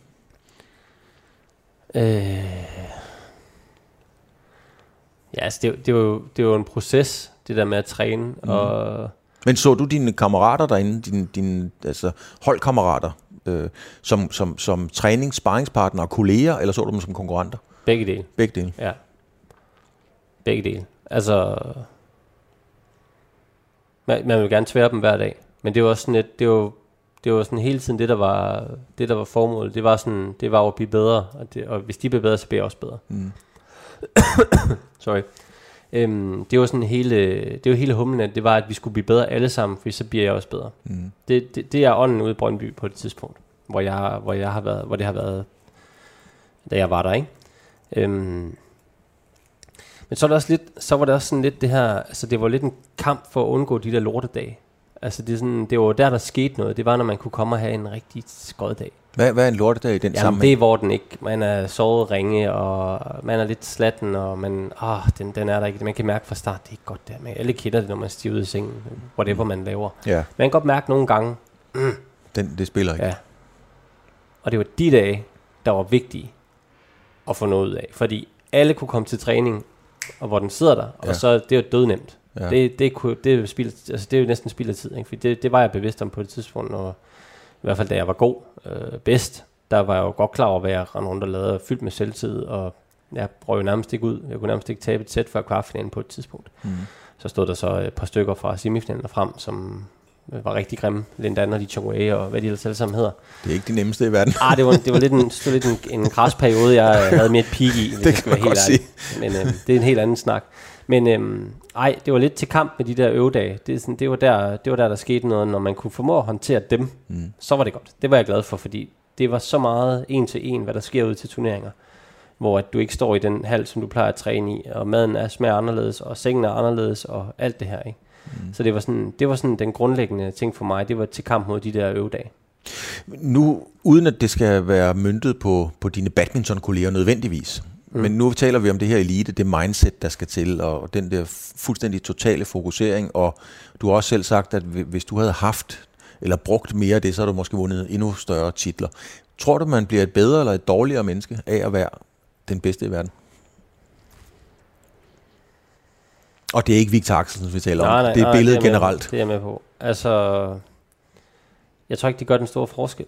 Ja, altså det er jo en proces, det der med at træne. Og men så du dine kammerater derinde, dine altså holdkammerater, som trænings-, sparringspartnere og kolleger, eller så du dem som konkurrenter? Begge dele. Begge dele? Ja. Begge dele. Altså, man vil gerne tvære dem hver dag, men det var også sådan lidt, det var sådan hele tiden det der var formålet. Det var at blive bedre, og hvis de blev bedre, så bliver jeg også bedre. Sorry. Det var sådan hele humlen, at det var, at vi skulle blive bedre alle sammen, for så bliver jeg også bedre. Det er ånden ude i Brøndby på det tidspunkt, hvor det har været, da jeg var der, ikke? Men så var det også sådan lidt det her, altså det var lidt en kamp for at undgå de der lortedage. Altså det var der skete noget. Det var, når man kunne komme og have en rigtig skoddag. Hvad er en lortedag i den sammenhæng? Det er, hvor den ikke, man er sovet ringe, og man er lidt slatten, og man, den er der ikke. Man kan mærke fra start, det er ikke godt der. Alle kender det, når man stiger ud i sengen, whatever man laver. Ja. Man kan godt mærke nogle gange, det spiller ikke. Ja. Og det var de dage, der var vigtige at få noget ud af. Fordi alle kunne komme til træning, og hvor den sidder der, og så det er jo dødnemt. Ja. Det er jo næsten spild af tid, ikke? Fordi det var jeg bevidst om på et tidspunkt, og i hvert fald da jeg var god, bedst, der var jeg jo godt klar over, hvad jeg rendte rundt og lavede, fyldt med selvtid, og jeg røg jo nærmest ikke ud. Jeg kunne nærmest ikke tabe et sæt før kvartfinalen på et tidspunkt. Så stod der så et par stykker fra semifinalen frem, som var rigtig grimme. Lindan og Li Chongwei og hvad de ellers alle sammen hedder. Det er ikke de nemmeste i verden. Det var lidt en krasperiode, jeg havde med et peak i, hvis det kan man godt sige. Men det er en helt anden snak. Men det var lidt til kamp med de der øvedage. Det var der skete noget, når man kunne formå at håndtere dem, så var det godt. Det var jeg glad for, fordi det var så meget en til en, hvad der sker ud til turneringer. hvor at du ikke står i den hal, som du plejer at træne i, og maden smager anderledes, og sengen er anderledes, og alt det her, ikke? Så det var sådan den grundlæggende ting for mig, det var til kamp mod de der øvedage. Nu, uden at det skal være møntet på dine badmintonkolleger nødvendigvis, men nu taler vi om det her elite, det mindset, der skal til, og den der fuldstændig totale fokusering, og du har også selv sagt, at hvis du havde haft eller brugt mere af det, så har du måske vundet endnu større titler. Tror du, man bliver et bedre eller et dårligere menneske af at være den bedste i verden? Og det er ikke Victor Axelsen, vi taler om. Det er billedet generelt. Det er jeg med på. Altså, jeg tror ikke, det gør den store forskel.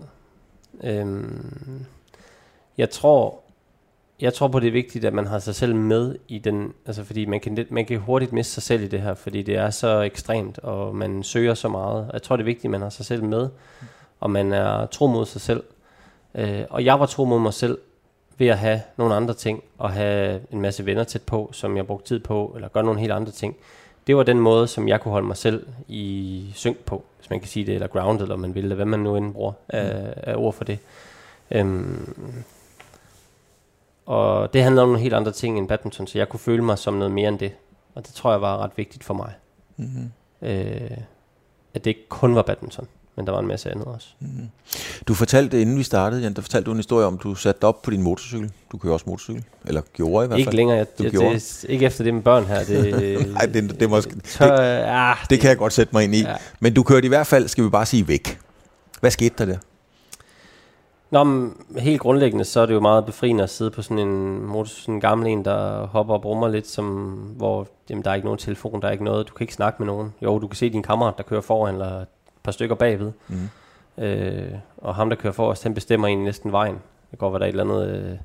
Jeg tror på, det er vigtigt, at man har sig selv med i den, altså fordi man kan hurtigt miste sig selv i det her, fordi det er så ekstremt, og man søger så meget. Jeg tror, det er vigtigt, at man har sig selv med, og man er tro mod sig selv. Og jeg var tro mod mig selv ved at have nogle andre ting, og have en masse venner tæt på, som jeg brugte tid på, eller gøre nogle helt andre ting. Det var den måde, som jeg kunne holde mig selv i synk på, hvis man kan sige det, eller grounded, eller man vil, eller hvad man nu end bruger af ord for det. Og det handler om nogle helt andre ting end badminton, så jeg kunne føle mig som noget mere end det. Og det tror jeg var ret vigtigt for mig. At det ikke kun var badminton, men der var en masse andet også. Du fortalte, inden vi startede, Jan, der fortalte du en historie om, du satte op på din motorcykel. Du kører også motorcykel, eller gjorde i hvert fald. Ikke længere, ikke efter det med børn her. Nej, det måske, det kan jeg godt sætte mig ind i. Ja. Men du kørte i hvert fald, skal vi bare sige, væk. Hvad skete der? Nå, men helt grundlæggende, så er det jo meget befriende at sidde på sådan en gammel en, der hopper og brummer lidt, hvor jamen, der er ikke nogen telefon, der er ikke noget, du kan ikke snakke med nogen. Jo, du kan se din kammerat, der kører foran, eller et par stykker bagved. Og ham, der kører forrest, han bestemmer egentlig næsten vejen. Det går, hvad der er et eller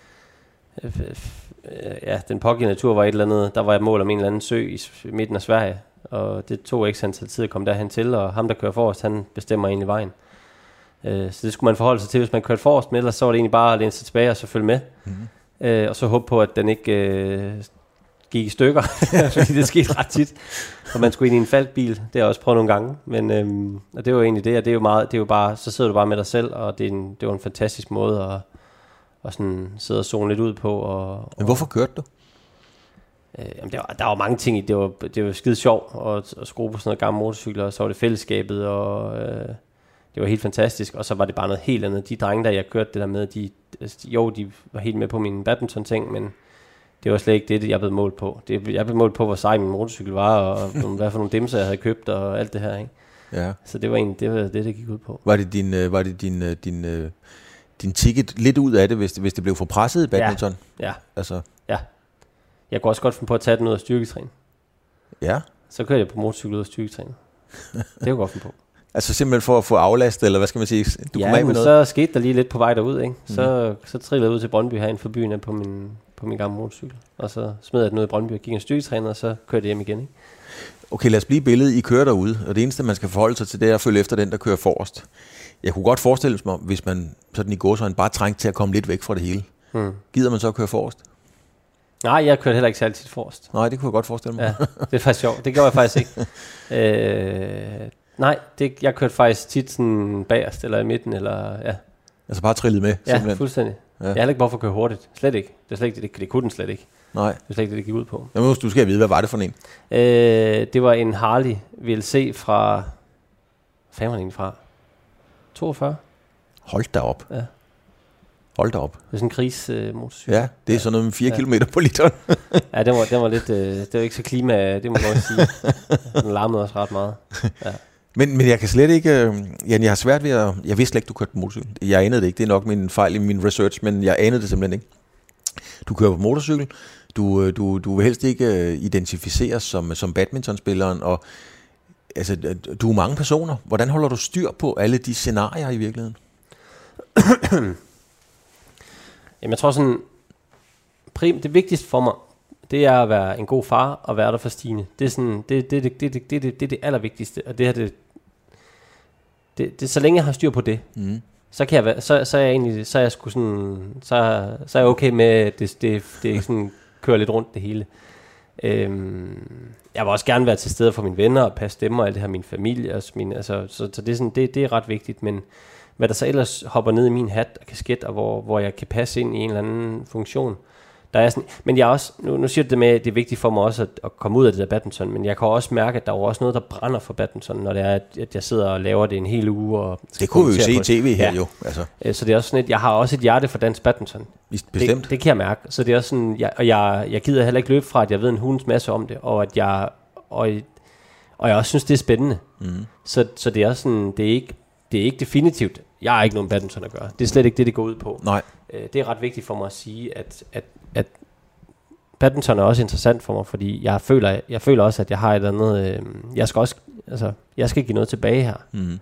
andet... den pågældende tur var et eller andet, der var et mål om en eller anden sø i midten af Sverige, og det tog ikke sådan tid at komme derhen til, og ham, der kører forrest, han bestemmer egentlig vejen. Så det skulle man forholde sig til, hvis man kørte forrest med, ellers så var det egentlig bare at læne sig tilbage og så følge med. Og så håbe på, at den ikke gik i stykker, fordi det skete ret tit. Og man skulle ind i en faltbil, det har jeg også prøvet nogle gange. Men og det var egentlig det, og det er jo bare, så sidder du bare med dig selv, og det var en fantastisk måde at sådan sidde og zone lidt ud på. Men hvorfor kørte du? Jamen der var mange ting i det. Det var skide sjovt at skrue på sådan noget gamle motorcykler, og så var det fællesskabet, og det var helt fantastisk, og så var det bare noget helt andet. De drenge, der jeg kørte det der med, de var helt med på mine badminton-ting, men det var slet ikke det, jeg blev målt på. Jeg blev målt på, hvor sej min motorcykel var, og hvad for nogle dimser, jeg havde købt, og alt det her, ikke? Ja. Så det var egentlig det gik ud på. Var det din ticket lidt ud af det, hvis det blev for presset i badminton? Ja. Altså. Ja. Jeg kunne også godt finde på at tage den ud af styrketræning. Ja. Så kørte jeg på motorcykel ud af styrketræning. Det kunne jeg godt finde på. Altså simpelthen for at få aflastet, eller hvad skal man sige? Men så skete der lige lidt på vej derud, ikke? Så trillede jeg ud til Brøndby herinde for byen på min gamle motorcykel. Og så smed jeg den ud i Brøndby og gik en styrketræner, og så kørte jeg hjem igen, ikke? Okay, lad os blive billedet. I kører derude, og det eneste, man skal forholde sig til, det er at følge efter den, der kører forrest. Jeg kunne godt forestille mig, hvis man sådan i gåseøjne bare trængte til at komme lidt væk fra det hele. Gider man så at køre forrest? Nej, jeg kørte heller ikke særlig tit forrest. Nej, det kunne jeg godt forestille mig. Ja, det er faktisk sjovt. Det gjorde jeg faktisk ikke. Nej, jeg kørte faktisk tit sådan bagerst, eller i midten, eller ja. Altså bare trillet med, simpelthen? Ja, fuldstændig. Ja. Jeg har heller ikke behov for at køre hurtigt. Slet ikke. Det kunne den slet ikke. Nej. Det er slet ikke det gik ud på. Jamen, du skal vide, hvad var det for en? Det var en Harley VLC fra... Hvad fanden var den fra? 42? Hold da op. Ja. Hold da op. Det er sådan en krigsmotorcykel. Ja, det er sådan noget med 4 kilometer på literen. Ja, den var lidt... det var ikke så klima... Det må man godt sige. Den larmede også ret meget. Ja. Men jeg kan slet ikke... Jan, jeg har svært ved at... Jeg vidste slet ikke, du kørte på motorcykel. Jeg anede det ikke. Det er nok min fejl i min research, men jeg anede det simpelthen ikke. Du kører på motorcykel. Du vil helst ikke identificeres som badmintonspilleren, og altså, du er mange personer. Hvordan holder du styr på alle de scenarier i virkeligheden? Jamen, jeg tror sådan... Det vigtigste for mig, det er at være en god far og være der for Stine. Det er sådan, det er det allervigtigste. Og det her, det så længe jeg har styr på det, så kan jeg være, så er jeg egentlig, så er jeg sgu sådan, så er jeg okay med at det sådan kører lidt rundt det hele. Jeg vil også gerne være til stede for mine venner og passe dem og alt det her, min familie og så det er sådan, det er ret vigtigt, men hvad der så ellers hopper ned i min hat og kasket, og hvor jeg kan passe ind i en eller anden funktion. Der er sådan, men jeg også, nu siger du det med, at det er vigtigt for mig også at komme ud af det der badminton, men jeg kan også mærke, at der er også noget, der brænder for badminton, når det er, at jeg sidder og laver det en hel uge. Og det kunne vi jo se i tv her jo. Altså. Så det er også sådan, at jeg har også et hjerte for dansk badminton. Bestemt. Det kan jeg mærke. Så det er også sådan, jeg gider heller ikke løbe fra, at jeg ved en hulens masse om det, og at jeg også synes, det er spændende. Så det er også sådan, det er ikke definitivt. Jeg har ikke nogen badminton at gøre. Det er slet ikke det går ud på. Nej. Det er ret vigtigt for mig at sige, at badminton er også interessant for mig, fordi jeg føler også, at jeg har et andet. Jeg skal give noget tilbage her.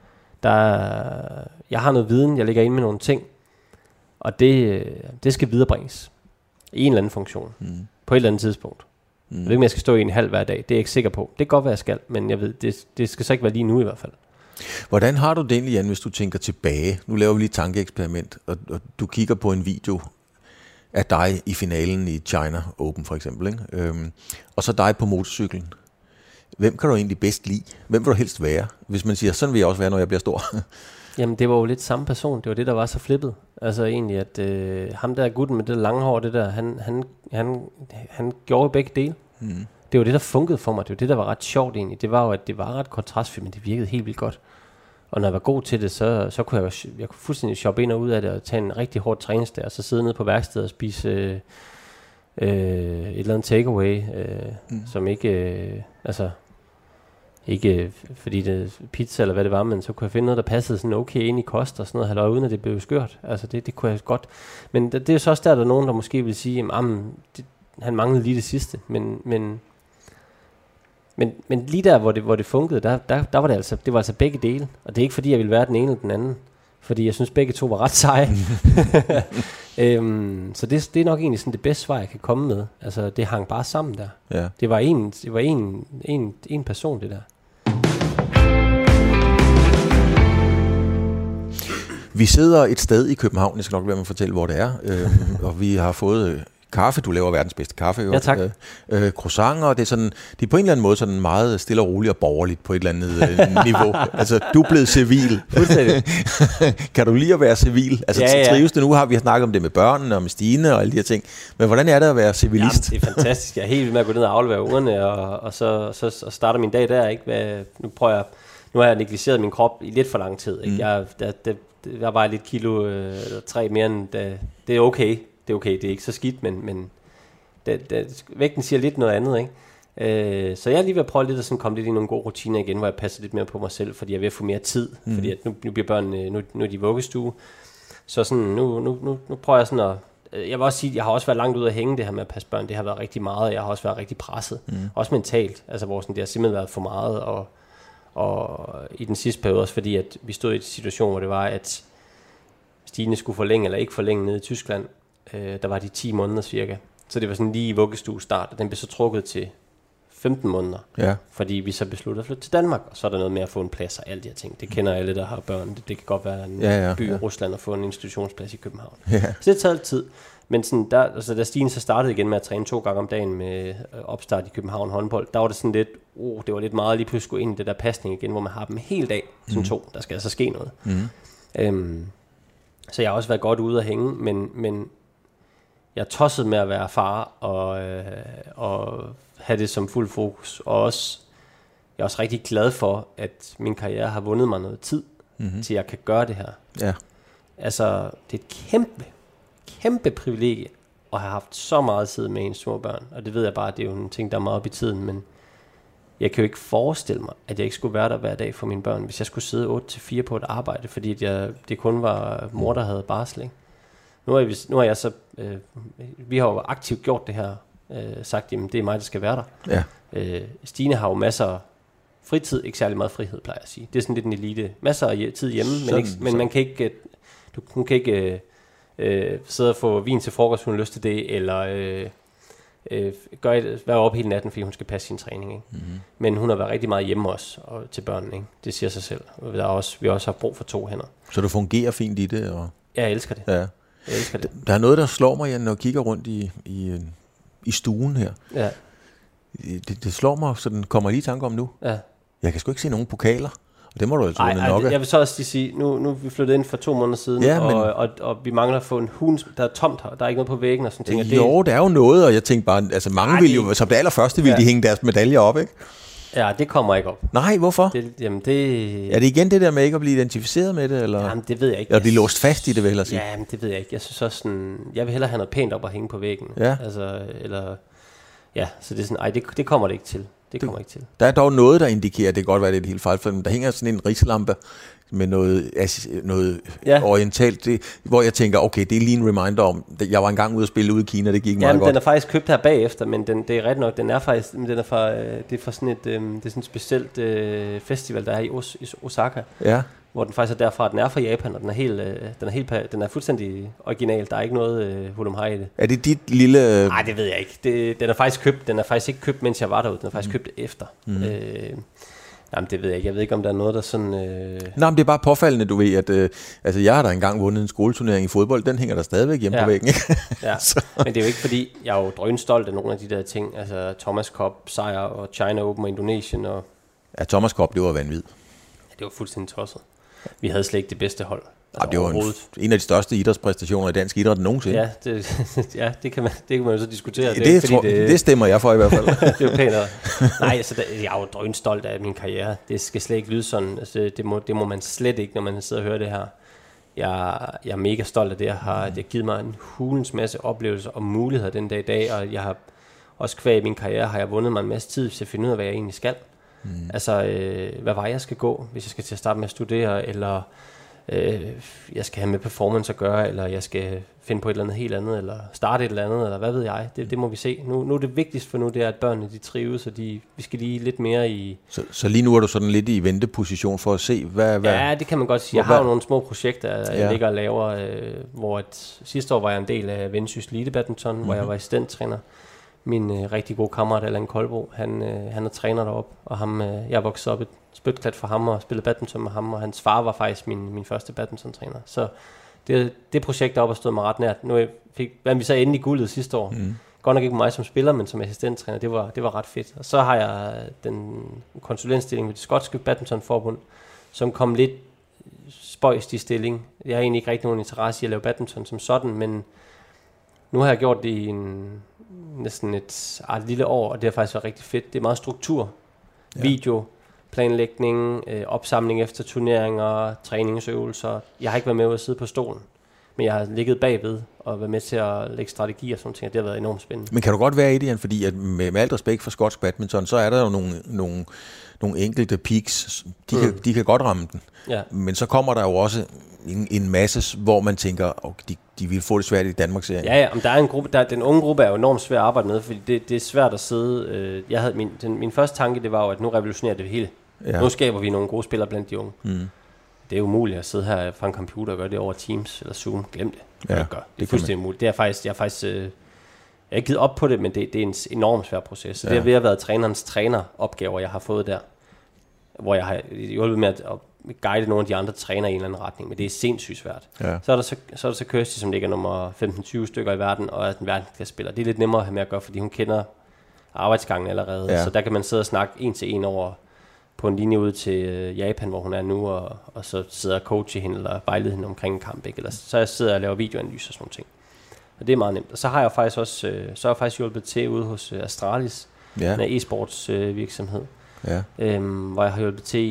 Jeg har noget viden, jeg ligger inde med nogle ting, og det skal viderebringes i en eller anden funktion på et eller andet tidspunkt. Jeg ved ikke, om jeg skal stå i en halv hver dag. Det er jeg ikke sikker på. Det kan godt være, jeg skal, men jeg ved, det skal så ikke være lige nu i hvert fald. Hvordan har du det egentlig, Jan, hvis du tænker tilbage? Nu laver vi lige et tankeeksperiment, og du kigger på en video af dig i finalen i China Open for eksempel, ikke? Og så dig på motorcyklen. Hvem kan du egentlig bedst lide? Hvem vil du helst være? Hvis man siger, sådan vil jeg også være, når jeg bliver stor. Jamen, det var jo lidt samme person. Det var det, der var så flippet. Altså egentlig, at ham der gutten med det lange hår, det der, han gjorde begge dele. Det var det, der funkede for mig. Det var det, der var ret sjovt egentlig. Det var jo, at det var ret kontrastfyldt, men det virkede helt vildt godt. Og når jeg var god til det, så kunne jeg kunne fuldstændig shoppe ind og ud af det, og tage en rigtig hård træningsdag, og så sidde nede på værkstedet og spise et eller andet takeaway, som ikke, ikke fordi det er pizza eller hvad det var, men så kunne jeg finde noget, der passede sådan okay ind i kost og sådan noget, halløj, uden at det blev skørt. Altså det kunne jeg godt. Men det er så også der er nogen, der måske vil sige, han manglede lige det sidste, men lige der, hvor det funkede, der var det var begge dele. Og det er ikke fordi, jeg ville være den ene eller den anden. Fordi jeg synes, begge to var ret seje. Så det er nok egentlig sådan det bedste svar, jeg kan komme med. Altså, det hang bare sammen der. Ja. Det var en person, det der. Vi sidder et sted i København, jeg skal nok være med at fortælle, hvor det er. Og vi har fået kaffe, du laver verdens bedste kaffe. Jo. Ja, tak. Croissanter, det er på en eller anden måde sådan meget stille og roligt og borgerligt på et eller andet niveau. Altså, du er blevet civil. Kan du lide at være civil? Altså, ja. Trives det nu? Vi har snakket om det med børnene og med Stine og alle de her ting. Men hvordan er det at være civilist? Jamen, det er fantastisk. Jeg er helt vild med at gå ned og aflevere ungerne, og så starter min dag der. Ikke? Nu har jeg negligeret min krop i lidt for lang tid. Ikke? Jeg vejer lidt kilo eller 3 mere end det er okay. Det er okay, det er ikke så skidt, men vægten siger lidt noget andet, ikke? Så jeg er lige ved at prøve lidt at sådan komme lidt i nogle gode rutiner igen, hvor jeg passer lidt mere på mig selv, fordi jeg er ved at få mere tid, fordi at nu bliver børnene, nu er de i vuggestue, så sådan, nu prøver jeg sådan at, jeg vil også sige, at jeg har også været langt ude at hænge det her med at passe børn, det har været rigtig meget, og jeg har også været rigtig presset, også mentalt, altså hvor sådan, det har simpelthen været for meget, og i den sidste periode også, fordi at vi stod i en situation, hvor det var, at Stine skulle forlænge eller ikke forlænge nede i Tyskland. Der var de 10 måneder cirka. Så det var sådan lige i vuggestue start, og den blev så trukket til 15 måneder. Ja. Fordi vi så besluttede at flytte til Danmark, og så er der noget med at få en plads og alle de her ting. Det kender alle, der har børn. Det kan godt være en by i Rusland at få en institutionsplads i København. Ja. Så det tager tid. Men sådan, da Stine så startede igen med at træne 2 gange om dagen med opstart i København håndbold, der var det sådan lidt, det var lidt meget lige pludselig gå ind i det der pasning igen, hvor man har dem hele dag, sådan 2. Der skal altså ske noget. Så jeg har også været godt ude at hænge, men jeg tossede med at være far og have det som fuld fokus. Og også, jeg er også rigtig glad for, at min karriere har vundet mig noget tid, til jeg kan gøre det her. Ja. Altså, det er et kæmpe privilegie at have haft så meget tid med ens små børn. Og det ved jeg bare, det er jo en ting, der er meget op i tiden, men jeg kan jo ikke forestille mig, at jeg ikke skulle være der hver dag for mine børn, hvis jeg skulle sidde 8-4 på et arbejde, fordi det kun var mor, der havde barsel. Nu har jeg så, vi har jo aktivt gjort det her, sagt, jamen det er mig, der skal være der. Ja. Stine har jo masser af fritid, ikke særlig meget frihed, plejer jeg at sige. Det er sådan lidt en elite. Masser af tid hjemme, men man kan ikke, hun kan ikke sidde og få vin til frokost, hun har lyst til det, eller være oppe hele natten, fordi hun skal passe sin træning. Ikke? Men hun har været rigtig meget hjemme også, og til børnene. Ikke? Det siger sig selv. Vi har også haft brug for 2 hænder. Så du fungerer fint i det? Og jeg elsker det. Ja. Jeg elsker det. Der er noget, der slår mig, Jan, når jeg kigger rundt i stuen her. Ja. Det slår mig, så den kommer lige i tanke om nu. Ja. Jeg kan sgu ikke se nogen pokaler. Det må du jo tro nok. Jeg vil så også lige sige, nu er vi flyttet ind for 2 måneder siden, og vi mangler at få en hund, der er tomt her. Der er ikke noget på væggen og sådan ting. Jo, der er jo noget, og jeg tænkte bare, altså mange vil jo, som det allerførste vil de hænge deres medaljer op, ikke? Ja, det kommer ikke op. Nej, hvorfor? Det er det igen det der med ikke at blive identificeret med det? Eller? Jamen, det ved jeg ikke. Eller blive låst fast i det, vil jeg sige? Ja, men det ved jeg ikke. Jeg synes også sådan, jeg vil hellere have noget pænt op at hænge på væggen. Ja. Altså, eller, ja, så det er sådan, det kommer det ikke til. Kommer ikke til. Der er dog noget, der indikerer, at det kan godt være, det er et helt fejl, for der hænger sådan en rigslampe med noget orientalt, hvor jeg tænker, okay, det er lige en reminder om, jeg var engang ude at spille ude i Kina, det gik meget godt. Den er faktisk købt her bagefter, men det er ret nok, den er faktisk, den er fra, det er fra sådan et, det er sådan et specielt festival, der er i Osaka, hvor den faktisk er derfra, den er fra Japan, og den er fuldstændig original, der er ikke noget hurlumhej i det. Er det dit lille... Nej, det ved jeg ikke. Den er faktisk ikke købt, mens jeg var derude, den er faktisk købt efter. Jamen, det ved jeg ikke. Jeg ved ikke, om der er noget, der sådan... Nej, men det er bare påfaldende, du ved, at altså, jeg har da engang vundet en skoleturnering i fodbold. Den hænger der stadigvæk hjemme på væggen, ikke? Ja, men det er jo ikke, fordi jeg er jo drønstolt af nogle af de der ting. Altså, Thomas Cup, sejr og China Open og Indonesien og... Ja, Thomas Cup, det var vanvittigt. Ja, det var fuldstændig tosset. Vi havde slet ikke det bedste hold. Altså, det var en af de største idrætspræstationer i dansk idræt nogensinde. Ja, det kan man jo så diskutere. Det stemmer jeg for i hvert fald. Det er jo pænere. Nej, altså, jeg er jo drønstolt af min karriere. Det skal slet ikke lyde sådan. Altså, det må man slet ikke, når man sidder og hører det her. Jeg er mega stolt af det. Det har givet mig en hulens masse oplevelser og muligheder den dag i dag, og jeg har også kvæg i min karriere, har jeg vundet mig en masse tid til at finde ud af, hvad jeg egentlig skal. Altså, hvad vej jeg skal gå, hvis jeg skal til at starte med at studere, eller jeg skal have med performance at gøre, eller jeg skal finde på et eller andet helt andet, eller starte et eller andet, eller hvad ved jeg. Det må vi se. Nu er det vigtigste for nu, det er, at børnene de trives, og vi skal lige lidt mere i... Så lige nu er du sådan lidt i venteposition for at se, hvad... Ja, det kan man godt sige. Jeg har jo nogle små projekter, jeg ligger og laver, hvor sidste år var jeg en del af Vendsyssel Elite Badminton, hvor jeg var assistenttræner. Min rigtig gode kammerat, Allan Koldbro, han er træner deroppe, og jeg voksede op et spytklat for ham og spillede badminton med ham, og hans far var faktisk min første badmintontræner. Så det projekt deroppe har stået mig ret nært. Vandt vi så endelig guldet sidste år. Godt nok ikke mig som spiller, men som assistenttræner, det var ret fedt. Og så har jeg den konsulentstilling ved det skotske badmintonforbund, som kom lidt spøjst i stilling. Jeg har egentlig ikke rigtig nogen interesse i at lave badminton som sådan, men nu har jeg gjort det i næsten et lille år, og det har faktisk været rigtig fedt. Det er meget struktur, video, planlægning, opsamling efter turneringer, træningsøvelser. Jeg har ikke været med at sidde på stolen, men jeg har ligget bagved og været med til at lægge strategier og sådan ting, og det har været enormt spændende. Men kan du godt være i det, Jan? Fordi at med alt respekt for skotsk badminton, så er der jo nogle enkelte peaks, de kan godt ramme den. Ja. Men så kommer der jo også en masse, hvor man tænker, de vil få det svært i Danmark-serien. Ja, men der er en gruppe, den unge gruppe er jo enormt svær at arbejde med, fordi det er svært at sidde... Jeg havde min første tanke, det var jo, at nu revolutionerer det hele. Ja. Nu skaber vi nogle gode spillere blandt de unge. Det er umuligt at sidde her fra en computer og gøre det over Teams eller Zoom. Glem det. Det er fuldstændig umuligt. Det er faktisk, jeg har ikke givet op på det, men det er en enormt svær proces. Så det har ved at være trænerens træneropgaver, jeg har fået der, hvor jeg har hjulpet med at guide nogle af de andre træner i en eller anden retning, men det er sindssygt svært. Ja. Så er der så Kirsty, som ligger nummer 15-20 stykker i verden, og er den verdensklassespiller. Det er lidt nemmere at have med at gøre, fordi hun kender arbejdsgangen allerede. Ja. Så der kan man sidde og snakke en til en over på en linje ud til Japan, hvor hun er nu, og så sidder og coache hende, eller vejlede hende omkring en kamp, ikke? Eller så jeg sidder og laver videoanalyser og sådan nogle ting. Og det er meget nemt. Og så har jeg faktisk også hjulpet til ude hos Astralis, en e-sports virksomhed. Ja. Hvor jeg har hjulpet til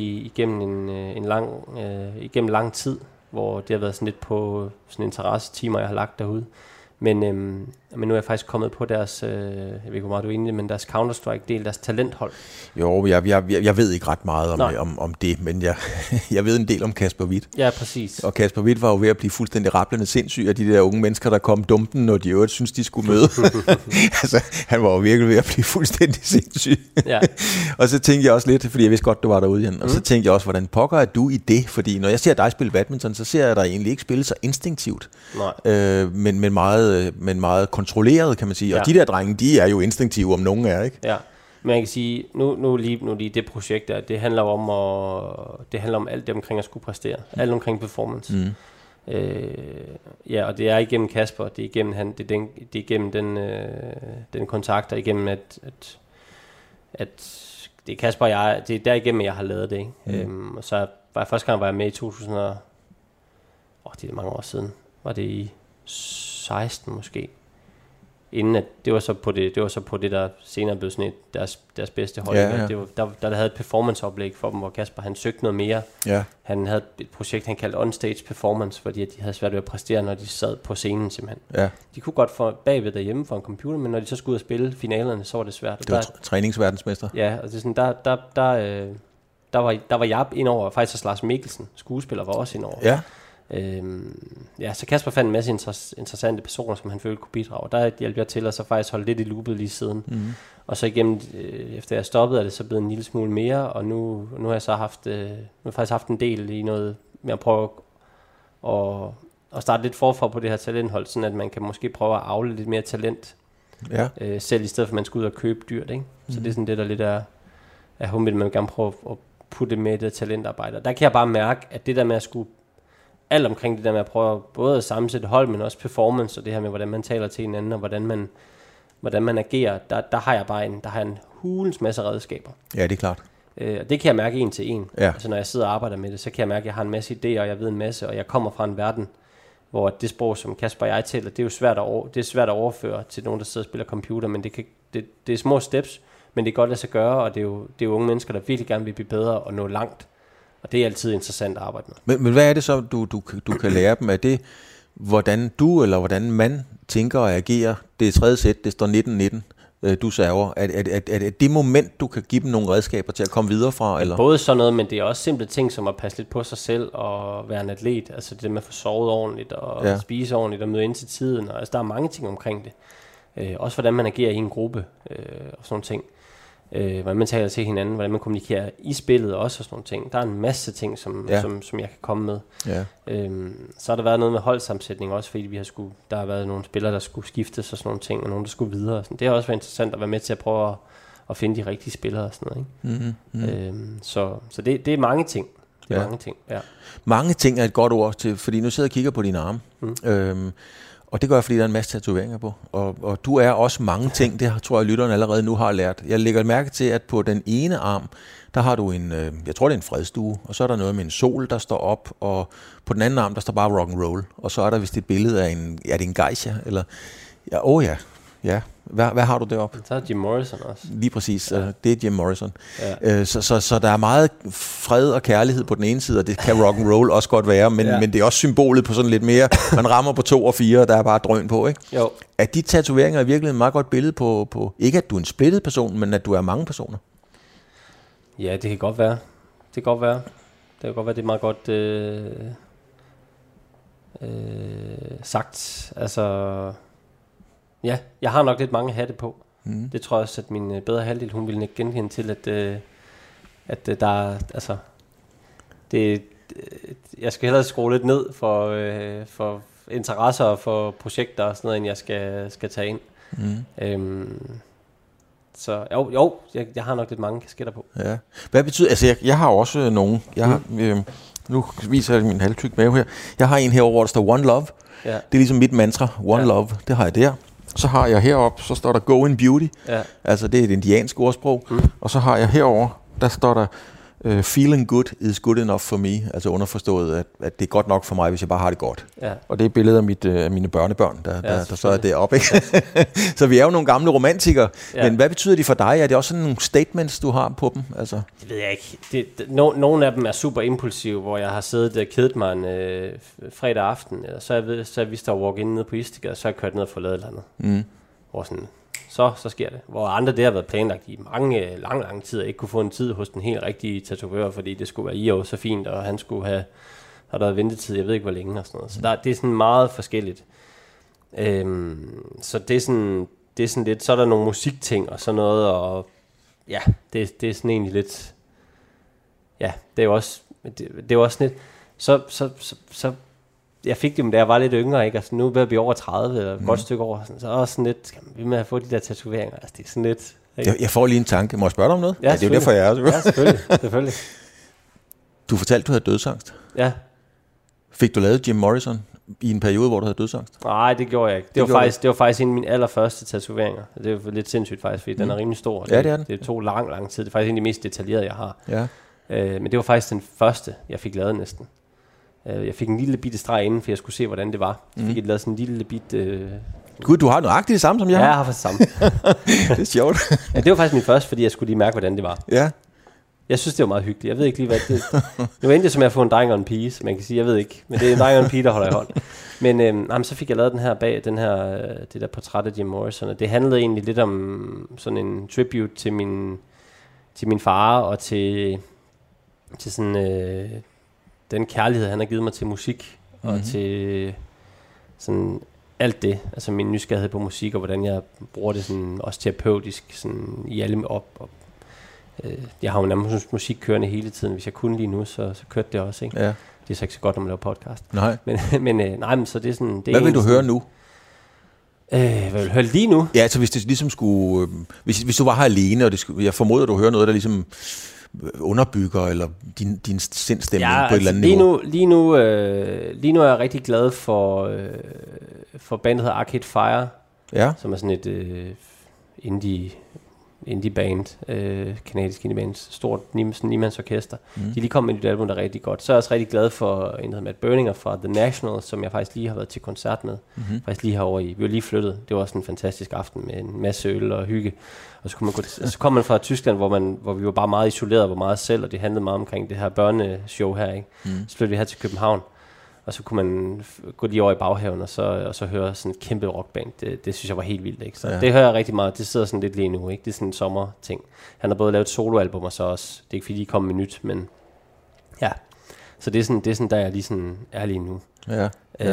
igennem lang tid, hvor det har været sådan lidt på sådan interesse-timer, jeg har lagt derude. Men nu er jeg faktisk kommet på deres, jeg ved ikke, hvor meget du er inde i, men deres Counter-Strike-del, deres talenthold. Jo, jeg ved ikke ret meget om det, men jeg ved en del om Kasper Hvidt. Ja, præcis. Og Kasper Hvidt var jo ved at blive fuldstændig rablende sindssyg af de der unge mennesker, der kom dumpen, og de jo synes, de skulle møde. Altså, han var jo virkelig ved at blive fuldstændig sindssyg. Ja. Og så tænkte jeg også lidt, fordi jeg vidste godt, du var derude igen, og så tænkte jeg også, hvordan pokker er du i det? Fordi når jeg ser dig spille badminton, så ser jeg dig egentlig ikke spille så instinktivt. Nej. Men meget kontrolleret, kan man sige. Og de der drenge, de er jo instinktive, om nogen er, ikke? Ja, men jeg kan sige, nu lige det projekt der, det handler om alt det omkring at skulle præstere. Alt omkring performance. Og det er igennem Kasper, det er igennem han, det er igennem den kontakt, og igennem at det er Kasper og jeg, det er derigennem, jeg har lavet det, ikke? Og så var første gang, var jeg med i 2000 og... det er mange år siden. Var det i 16 måske? Inden at, det var så på det, der senere blev sådan deres bedste hold. Ja. Det var, der havde et performanceoplæg for dem, hvor Kasper, han søgte noget mere. Ja. Han havde et projekt, han kaldte On-Stage Performance, fordi de havde svært ved at præstere, når de sad på scenen simpelthen. Ja. De kunne godt få bagved derhjemme for en computer, men når de så skulle ud og spille finalerne, så var det svært. Det var træningsverdensmester. Ja, og det er sådan, der var jeg indover, faktisk også Lars Mikkelsen, skuespiller, var også indover. Ja. Så Kasper fandt en masse interessante personer, som han følte kunne bidrage. Der hjalp jeg til at så faktisk holde lidt i loopet lige siden. Og så igennem, efter jeg stoppede, er det så blevet en lille smule mere, og nu har jeg så haft en del i noget med at prøve at starte lidt forfra på det her talenthold, sådan at man kan måske prøve at avle lidt mere talent, selv i stedet for at man skal ud og købe dyrt, ikke? Så det er sådan det, der lidt er humligt, man vil gerne prøve at putte med det talentarbejde. Der kan jeg bare mærke, at det der med at skulle alt omkring det der med at prøve både at sammensætte hold, men også performance, og det her med, hvordan man taler til hinanden, og hvordan man agerer, der har jeg bare en hulens masse redskaber. Ja, det er klart. Og det kan jeg mærke en til en. Ja. Altså når jeg sidder og arbejder med det, så kan jeg mærke, at jeg har en masse idéer, og jeg ved en masse, og jeg kommer fra en verden, hvor det sprog, som Kasper og jeg taler, det er jo svært at overføre til nogen, der sidder og spiller computer, men det er små steps, men det er godt at lade sig gøre, og det er jo unge mennesker, der virkelig gerne vil blive bedre og nå langt. Og det er altid interessant at arbejde med. Men hvad er det så, du kan lære dem? Er det, hvordan du eller hvordan man tænker og agerer? Det er tredje sæt, det står 19-19, du server. Er det moment, du kan give dem nogle redskaber til at komme videre fra? Eller? Både sådan noget, men det er også simple ting, som at passe lidt på sig selv og være en atlet. Altså det med at få sovet ordentligt og spise ordentligt og møde ind til tiden. Og, altså der er mange ting omkring det. Også hvordan man agerer i en gruppe og sådan ting. Hvordan man taler til hinanden, hvordan man kommunikerer i spillet også og sådan nogle ting. Der er en masse ting, som jeg kan komme med. Ja. Så har der været noget med holdsammensætning også, fordi der har været nogle spillere, der skulle skiftes og sådan nogle ting, og nogle, der skulle videre. Og sådan. Det har også været interessant at være med til at prøve at finde de rigtige spillere og sådan noget. Ikke? Så det er mange ting. Mange ting, ja. Mange ting er et godt ord til, fordi nu sidder jeg og kigger på dine arme. Og det gør jeg, fordi der er en masse tatoveringer på. Og du er også mange ting, det tror jeg, lytteren allerede nu har lært. Jeg lægger mærke til, at på den ene arm, der har du jeg tror det er en fredstue, og så er der noget med en sol, der står op, og på den anden arm, der står bare rock and roll. Og så er der vist et billede af er det en geisha? Eller, ja. Hvad har du deroppe? Så er Jim Morrison også. Lige præcis, det er Jim Morrison. Ja. Så der er meget fred og kærlighed på den ene side, og det kan rock and roll også godt være, men det er også symbolet på sådan lidt mere, man rammer på 2 og 4, og der er bare drøn på, ikke? Jo. Er de tatoveringer i virkeligheden et meget godt billede på, ikke at du er en splittet person, men at du er mange personer? Ja, det kan godt være. Det kan godt være, det er meget godt sagt. Altså... Ja, jeg har nok lidt mange hatte på. Det tror jeg også, at min bedre halvdel, hun ville ikke genkende til, at der altså... jeg skal hellere skrue lidt ned for interesser og for projekter og sådan noget, end jeg skal tage ind. Så jeg har nok lidt mange kasketter på. Ja. Hvad betyder... Altså, jeg har også nogen. Jeg har, nu viser jeg min halvtyk mave her. Jeg har en herovre, hvor der står One Love. Ja. Det er ligesom mit mantra. One Love, det har jeg der. Så har jeg heroppe, så står der Go in Beauty. Ja. Altså det er et indiansk ordsprog. Og så har jeg herover, der står der Feeling good is good enough for me. Altså underforstået, at det er godt nok for mig, hvis jeg bare har det godt. Ja. Og det er billedet af mine børnebørn, der så er deroppe. Ikke? Så vi er jo nogle gamle romantikere. Ja. Men hvad betyder de for dig? Er det også sådan nogle statements, du har på dem? Altså? Det ved jeg ikke. Nogle af dem er super impulsive, hvor jeg har siddet og kedet mig en fredag aften. Så jeg vidste at walk ind nede på Istika, og så har jeg kørt ned og fået lavet et eller andet. Hvor sådan... Så sker det. Hvor andre det har været planlagt i lang tid, og ikke kunne få en tid hos den helt rigtige tatovør, fordi det skulle være så fint, og han skulle have der været ventetid, jeg ved ikke hvor længe og sådan noget. Så det er sådan meget forskelligt. Så det er sådan lidt, så er der nogle musikting og sådan noget, og ja, det er sådan egentlig lidt, ja, det er jo også, det er også lidt, så jeg fik dem, da jeg var lidt yngre, ikke? Altså, nu er vi over 30, eller et godt stykke over, så er også sådan lidt, skal man blive med at få de der tatoveringer? Altså, det er sådan lidt... Jeg får lige en tanke. Må jeg spørge dig om noget? Ja, det er jo derfor, jeg er. Ja, selvfølgelig. Du fortalte, du havde dødsangst. Ja. Fik du lavet Jim Morrison i en periode, hvor du havde dødsangst? Nej, det gjorde jeg ikke. Det var faktisk en af mine allerførste tatoveringer. Det var lidt sindssygt faktisk, fordi den er rimelig stor. Ja, det er den. Det tog lang tid. Det er faktisk en af de mest detaljerede, jeg har. Ja. Men det var faktisk den første, jeg fik lavet næsten. Jeg fik en lille bitte streg inden, for jeg skulle se, hvordan det var. Jeg fik lavet sådan en lille bitte... Gud, du har nøjagtigt det samme, som jeg har? Ja, jeg har faktisk samme. Det er sjovt. Ja, det var faktisk min første, fordi jeg skulle lige mærke, hvordan det var. Ja. Jeg synes, det var meget hyggeligt. Jeg ved ikke lige, hvad det... Nu endte jeg som at få en dreng og en pige, så man kan sige, jeg ved ikke. Men det er en dreng og en pige, der holder i hånd. Men så fik jeg lavet den her bag, det der portræt af Jim Morrison. Og det handlede egentlig lidt om sådan en tribute til min far, og til sådan den kærlighed, han har givet mig til musik, og til sådan alt det. Altså min nysgerrighed på musik, og hvordan jeg bruger det sådan, også terapeutisk sådan, i alle jeg har jo nærmest musik kørende hele tiden. Hvis jeg kunne lige nu, så kørte det også, ikke? Ja. Det er så ikke så godt, når man laver podcast. Nej. Men så det er sådan... Hvad vil du høre nu? Hvad vil du høre lige nu? Ja, altså hvis det ligesom skulle... Hvis du var her alene, og jeg formoder, du hører noget, der ligesom underbygger, eller din sindstemning på et eller andet niveau. Lige nu er jeg rigtig glad for bandet, der hedder Arcade Fire, som er sådan et indie band, kanadisk indie band, stort niemandsorkester. De lige kom med et album, der er rigtig godt. Så er jeg også rigtig glad for en, der hedder Matt Berninger fra The National, som jeg faktisk lige har været til koncert med. Faktisk lige herovre i. Vi var lige flyttet. Det var også en fantastisk aften med en masse øl og hygge. Og så kom man fra Tyskland, hvor vi var bare meget isoleret, var meget selv, og det handlede meget omkring det her børneshow her, ikke? Så flyttede vi her til København. Og så kunne man gå lige over i baghaven og så høre sådan et kæmpe rockband. Det synes jeg var helt vildt, ikke? Så det hører jeg rigtig meget. Det sidder sådan lidt lige nu, ikke? Det er sådan en sommerting. Han har både lavet soloalbum og så også. Det er ikke fordi, de kommer med nyt, men ja. Så det er sådan der jeg lige sådan er lige nu. Ja.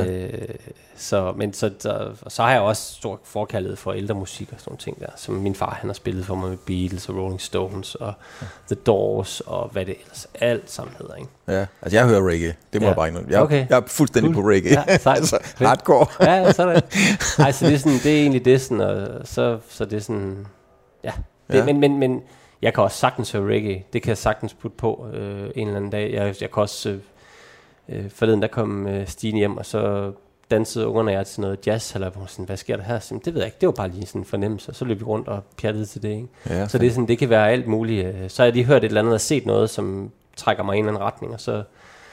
Så har jeg også stor forkærlighed for ældre musik og sådan nogle ting der, som min far han har spillet for mig med Beatles og Rolling Stones og The Doors og hvad det ellers alt sammen hedder, ikke? Ja, altså jeg hører reggae, det må jeg bare ikke noget. Jeg er fuldstændig på reggae. Ja, altså hardcore. Ja, sådan. Ej, så det er egentlig det sådan, og så det er sådan, ja. Men jeg kan også sagtens høre reggae. Det kan jeg sagtens putte på en eller anden dag. Jeg kan også forleden der kom Stine hjem, og så dansede ungerne jeg til noget jazz, eller sådan, hvad sker der her? Så, det ved jeg ikke, det var bare lige sådan en fornemmelse, og så løb vi rundt og pjattede til det, ikke? Ja, så det er sådan, det kan være alt muligt. Så har jeg lige hørt et eller andet og set noget, som trækker mig i en eller anden retning, og så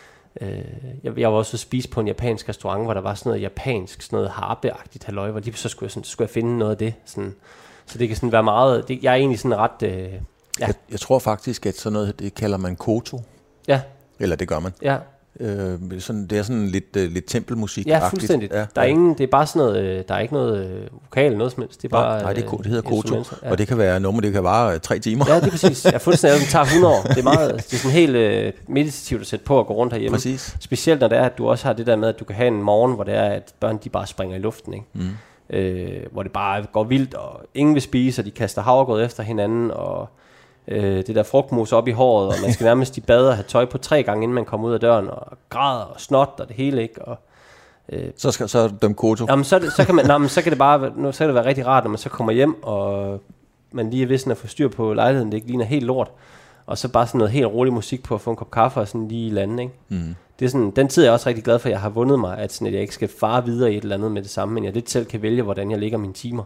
jeg var også at spise på en japansk restaurant, hvor der var sådan noget japansk, sådan noget harpeagtigt halløj, hvor lige så skulle jeg finde noget af det, sådan. Så det kan sådan være meget, jeg er egentlig sådan ret... Jeg tror faktisk, at sådan noget, det kalder man koto. Ja. Eller det gør man. Ja. Det er sådan lidt tempelmusik. Ja, fuldstændigt. Ja, der er ingen, det er bare sådan noget, der er ikke noget vokal, noget som helst. Det er bare, nej, det hedder koto, og det kan være nummer, det kan vare 3 timer. Ja, det er præcis. Jeg fuldstændig, det tager 100 år. Det er meget, det er sådan helt meditativt at sætte på og gå rundt herhjemme. Præcis. Specielt når det er, at du også har det der med, at du kan have en morgen, hvor det er, at børn de bare springer i luften, ikke? Hvor det bare går vildt, og ingen vil spise, og de kaster havregrød efter hinanden, og det der frugtmus op i håret, og man skal nærmest i bad og have tøj på 3 gange, inden man kommer ud af døren, og græder og snot og det hele, ikke? Og, så døm koto. Jamen, så kan det være rigtig rart, når man så kommer hjem, og man lige er vidsen at få styr på lejligheden, det ikke ligner helt lort, og så bare sådan noget helt rolig musik på, at få en kop kaffe og sådan lige i lande, ikke? Det er sådan, den tid er jeg også rigtig glad for, at jeg har vundet mig, at jeg ikke skal fare videre i et eller andet med det samme, men jeg lidt selv kan vælge, hvordan jeg lægger mine timer.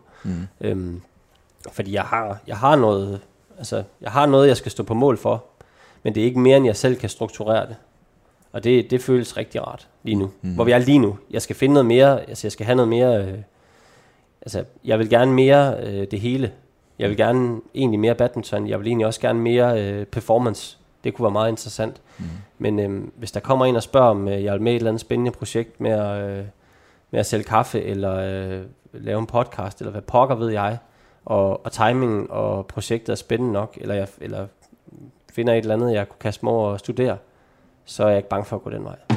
Fordi jeg har noget, altså, jeg har noget, jeg skal stå på mål for, men det er ikke mere, end jeg selv kan strukturere det. Og det føles rigtig rart lige nu. Hvor vi er lige nu. Jeg skal finde noget mere, altså jeg skal have noget mere, jeg vil gerne mere det hele. Jeg vil gerne egentlig mere badminton, jeg vil egentlig også gerne mere performance. Det kunne være meget interessant. Men hvis der kommer en og spørger, om jeg vil med et eller andet spændende projekt med at sælge kaffe, eller lave en podcast, eller hvad pokker ved jeg, og timingen og projektet er spændende nok, eller finder et eller andet, jeg kunne kaste mig over og studere, så er jeg ikke bange for at gå den vej.